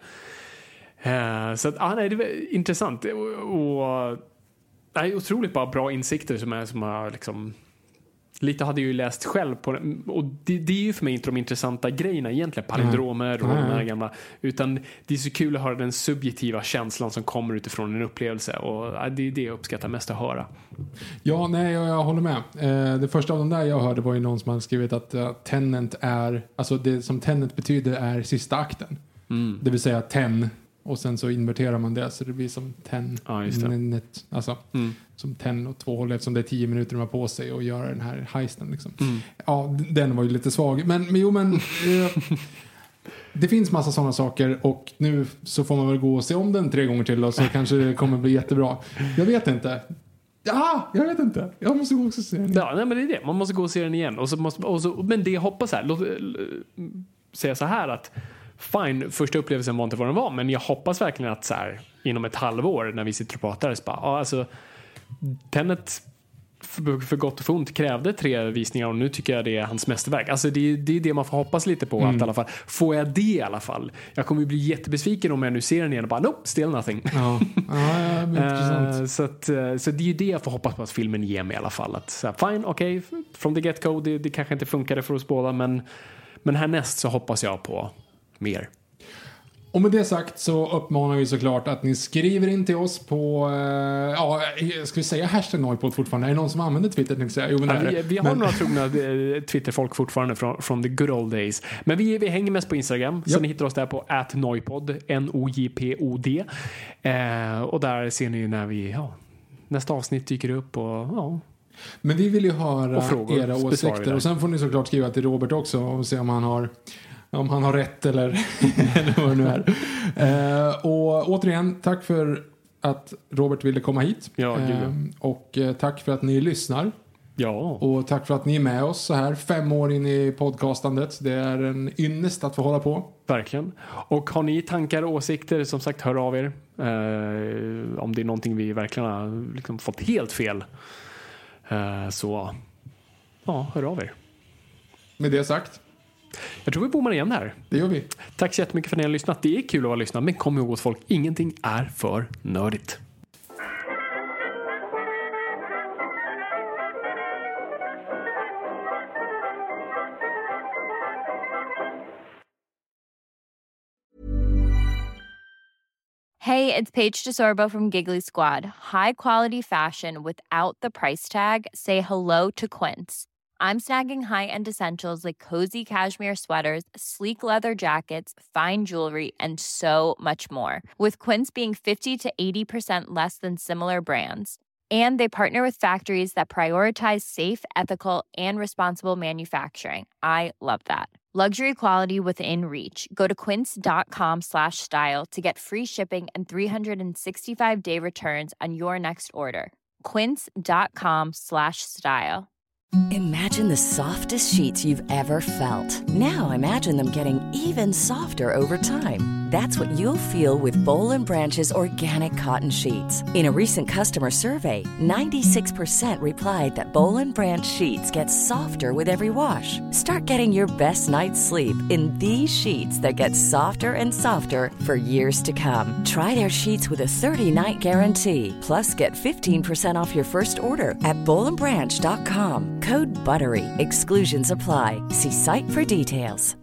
Eh, så att, ah, nej, det var intressant. Och, och nej, otroligt bara bra insikter som är som har liksom... Lite hade jag ju läst själv på det. Och det, det är ju för mig inte de intressanta grejerna egentligen, palindromer och mm. de här gamla, utan det är så kul att höra den subjektiva känslan som kommer utifrån en upplevelse och ja, det är det jag uppskattar mest att höra. Ja, nej, jag, jag håller med. Eh, det första av de där jag hörde var ju någon som hade skrivit att uh, Tenet är, alltså det som Tenet betyder är sista akten. Mm. Det vill säga ten och sen så inverterar man det så det blir som ten. Ja, just det. Net, alltså Mm. som ten och två håll eftersom det är tio minuter de har på sig och göra den här heisten liksom. Mm. Ja, den var ju lite svag. Men, men jo, men eh, det finns massa sådana saker och nu så får man väl gå och se om den tre gånger till och så kanske det kommer bli jättebra. Jag vet inte. Ja, jag vet inte. Jag måste gå och se den. Ja, nej, men det är det. Man måste gå och se den igen. Och så måste, och så, men det jag hoppas här, låt säga så här att fine, första upplevelsen var inte vad den var, men jag hoppas verkligen att så här, inom ett halvår när vi sitter och pratar så bara, ja, alltså Tenet för, för gott och för ont krävde tre visningar och nu tycker jag det är hans mästerverk. Alltså det, det är det man får hoppas lite på mm. att i alla fall, får jag det i alla fall. Jag kommer ju bli jättebesviken om jag nu ser den igen och bara, nope, still nothing. Ja, ja, ja intressant. uh, så, att, så det är ju det jag får hoppas på att filmen ger mig i alla fall. Att, så här, fine, okej, okay, from the get-go, det, det kanske inte funkade för oss båda, men, men härnäst så hoppas jag på mer. Och med det sagt så uppmanar vi såklart att ni skriver in till oss på, eh, ja, ska vi säga hashtag Noipod fortfarande? Är det någon som använder Twitter? Jag säga? Jo, men ja, vi, vi har men... några trogna eh, Twitter-folk fortfarande från, från the good old days. Men vi, vi hänger mest på Instagram, yep. Så ni hittar oss där på at Noipod, N O J P O D. Eh, och där ser ni när vi, ja, nästa avsnitt dyker upp och ja. Men vi vill ju höra frågor, era åsikter och sen får ni såklart skriva till Robert också och se om han har om han har rätt eller, eller vad det nu är. Eh, och återigen, tack för att Robert ville komma hit. Ja, eh, och eh, tack för att ni lyssnar. Ja. Och tack för att ni är med oss så här fem år in i podcastandet. Det är en ynnest att få hålla på. Verkligen. Och har ni tankar och åsikter, som sagt, hör av er. Eh, om det är någonting vi verkligen har liksom fått helt fel. Eh, så, ja, hör av er. Med det sagt. Jag tror vi bommar igen här. Det gör vi. Tack så jättemycket för att ni har lyssnat. Det är kul att ha lyssnat, men kom ihåg att folk, ingenting är för nördigt. Hey, it's Paige DeSorbo from Giggly Squad. High quality fashion without the price tag. Say hello to Quince. I'm snagging high-end essentials like cozy cashmere sweaters, sleek leather jackets, fine jewelry, and so much more. With Quince being fifty to eighty percent less than similar brands. And they partner with factories that prioritize safe, ethical, and responsible manufacturing. I love that. Luxury quality within reach. Go to quince.com slash style to get free shipping and three sixty-five day returns on your next order. Quince.com slash style. Imagine the softest sheets you've ever felt. Now imagine them getting even softer over time. That's what you'll feel with Boll and Branch's organic cotton sheets. In a recent customer survey, ninety-six percent replied that Boll and Branch sheets get softer with every wash. Start getting your best night's sleep in these sheets that get softer and softer for years to come. Try their sheets with a thirty night guarantee. Plus, get fifteen percent off your first order at boll and branch dot com. Code BUTTERY. Exclusions apply. See site for details.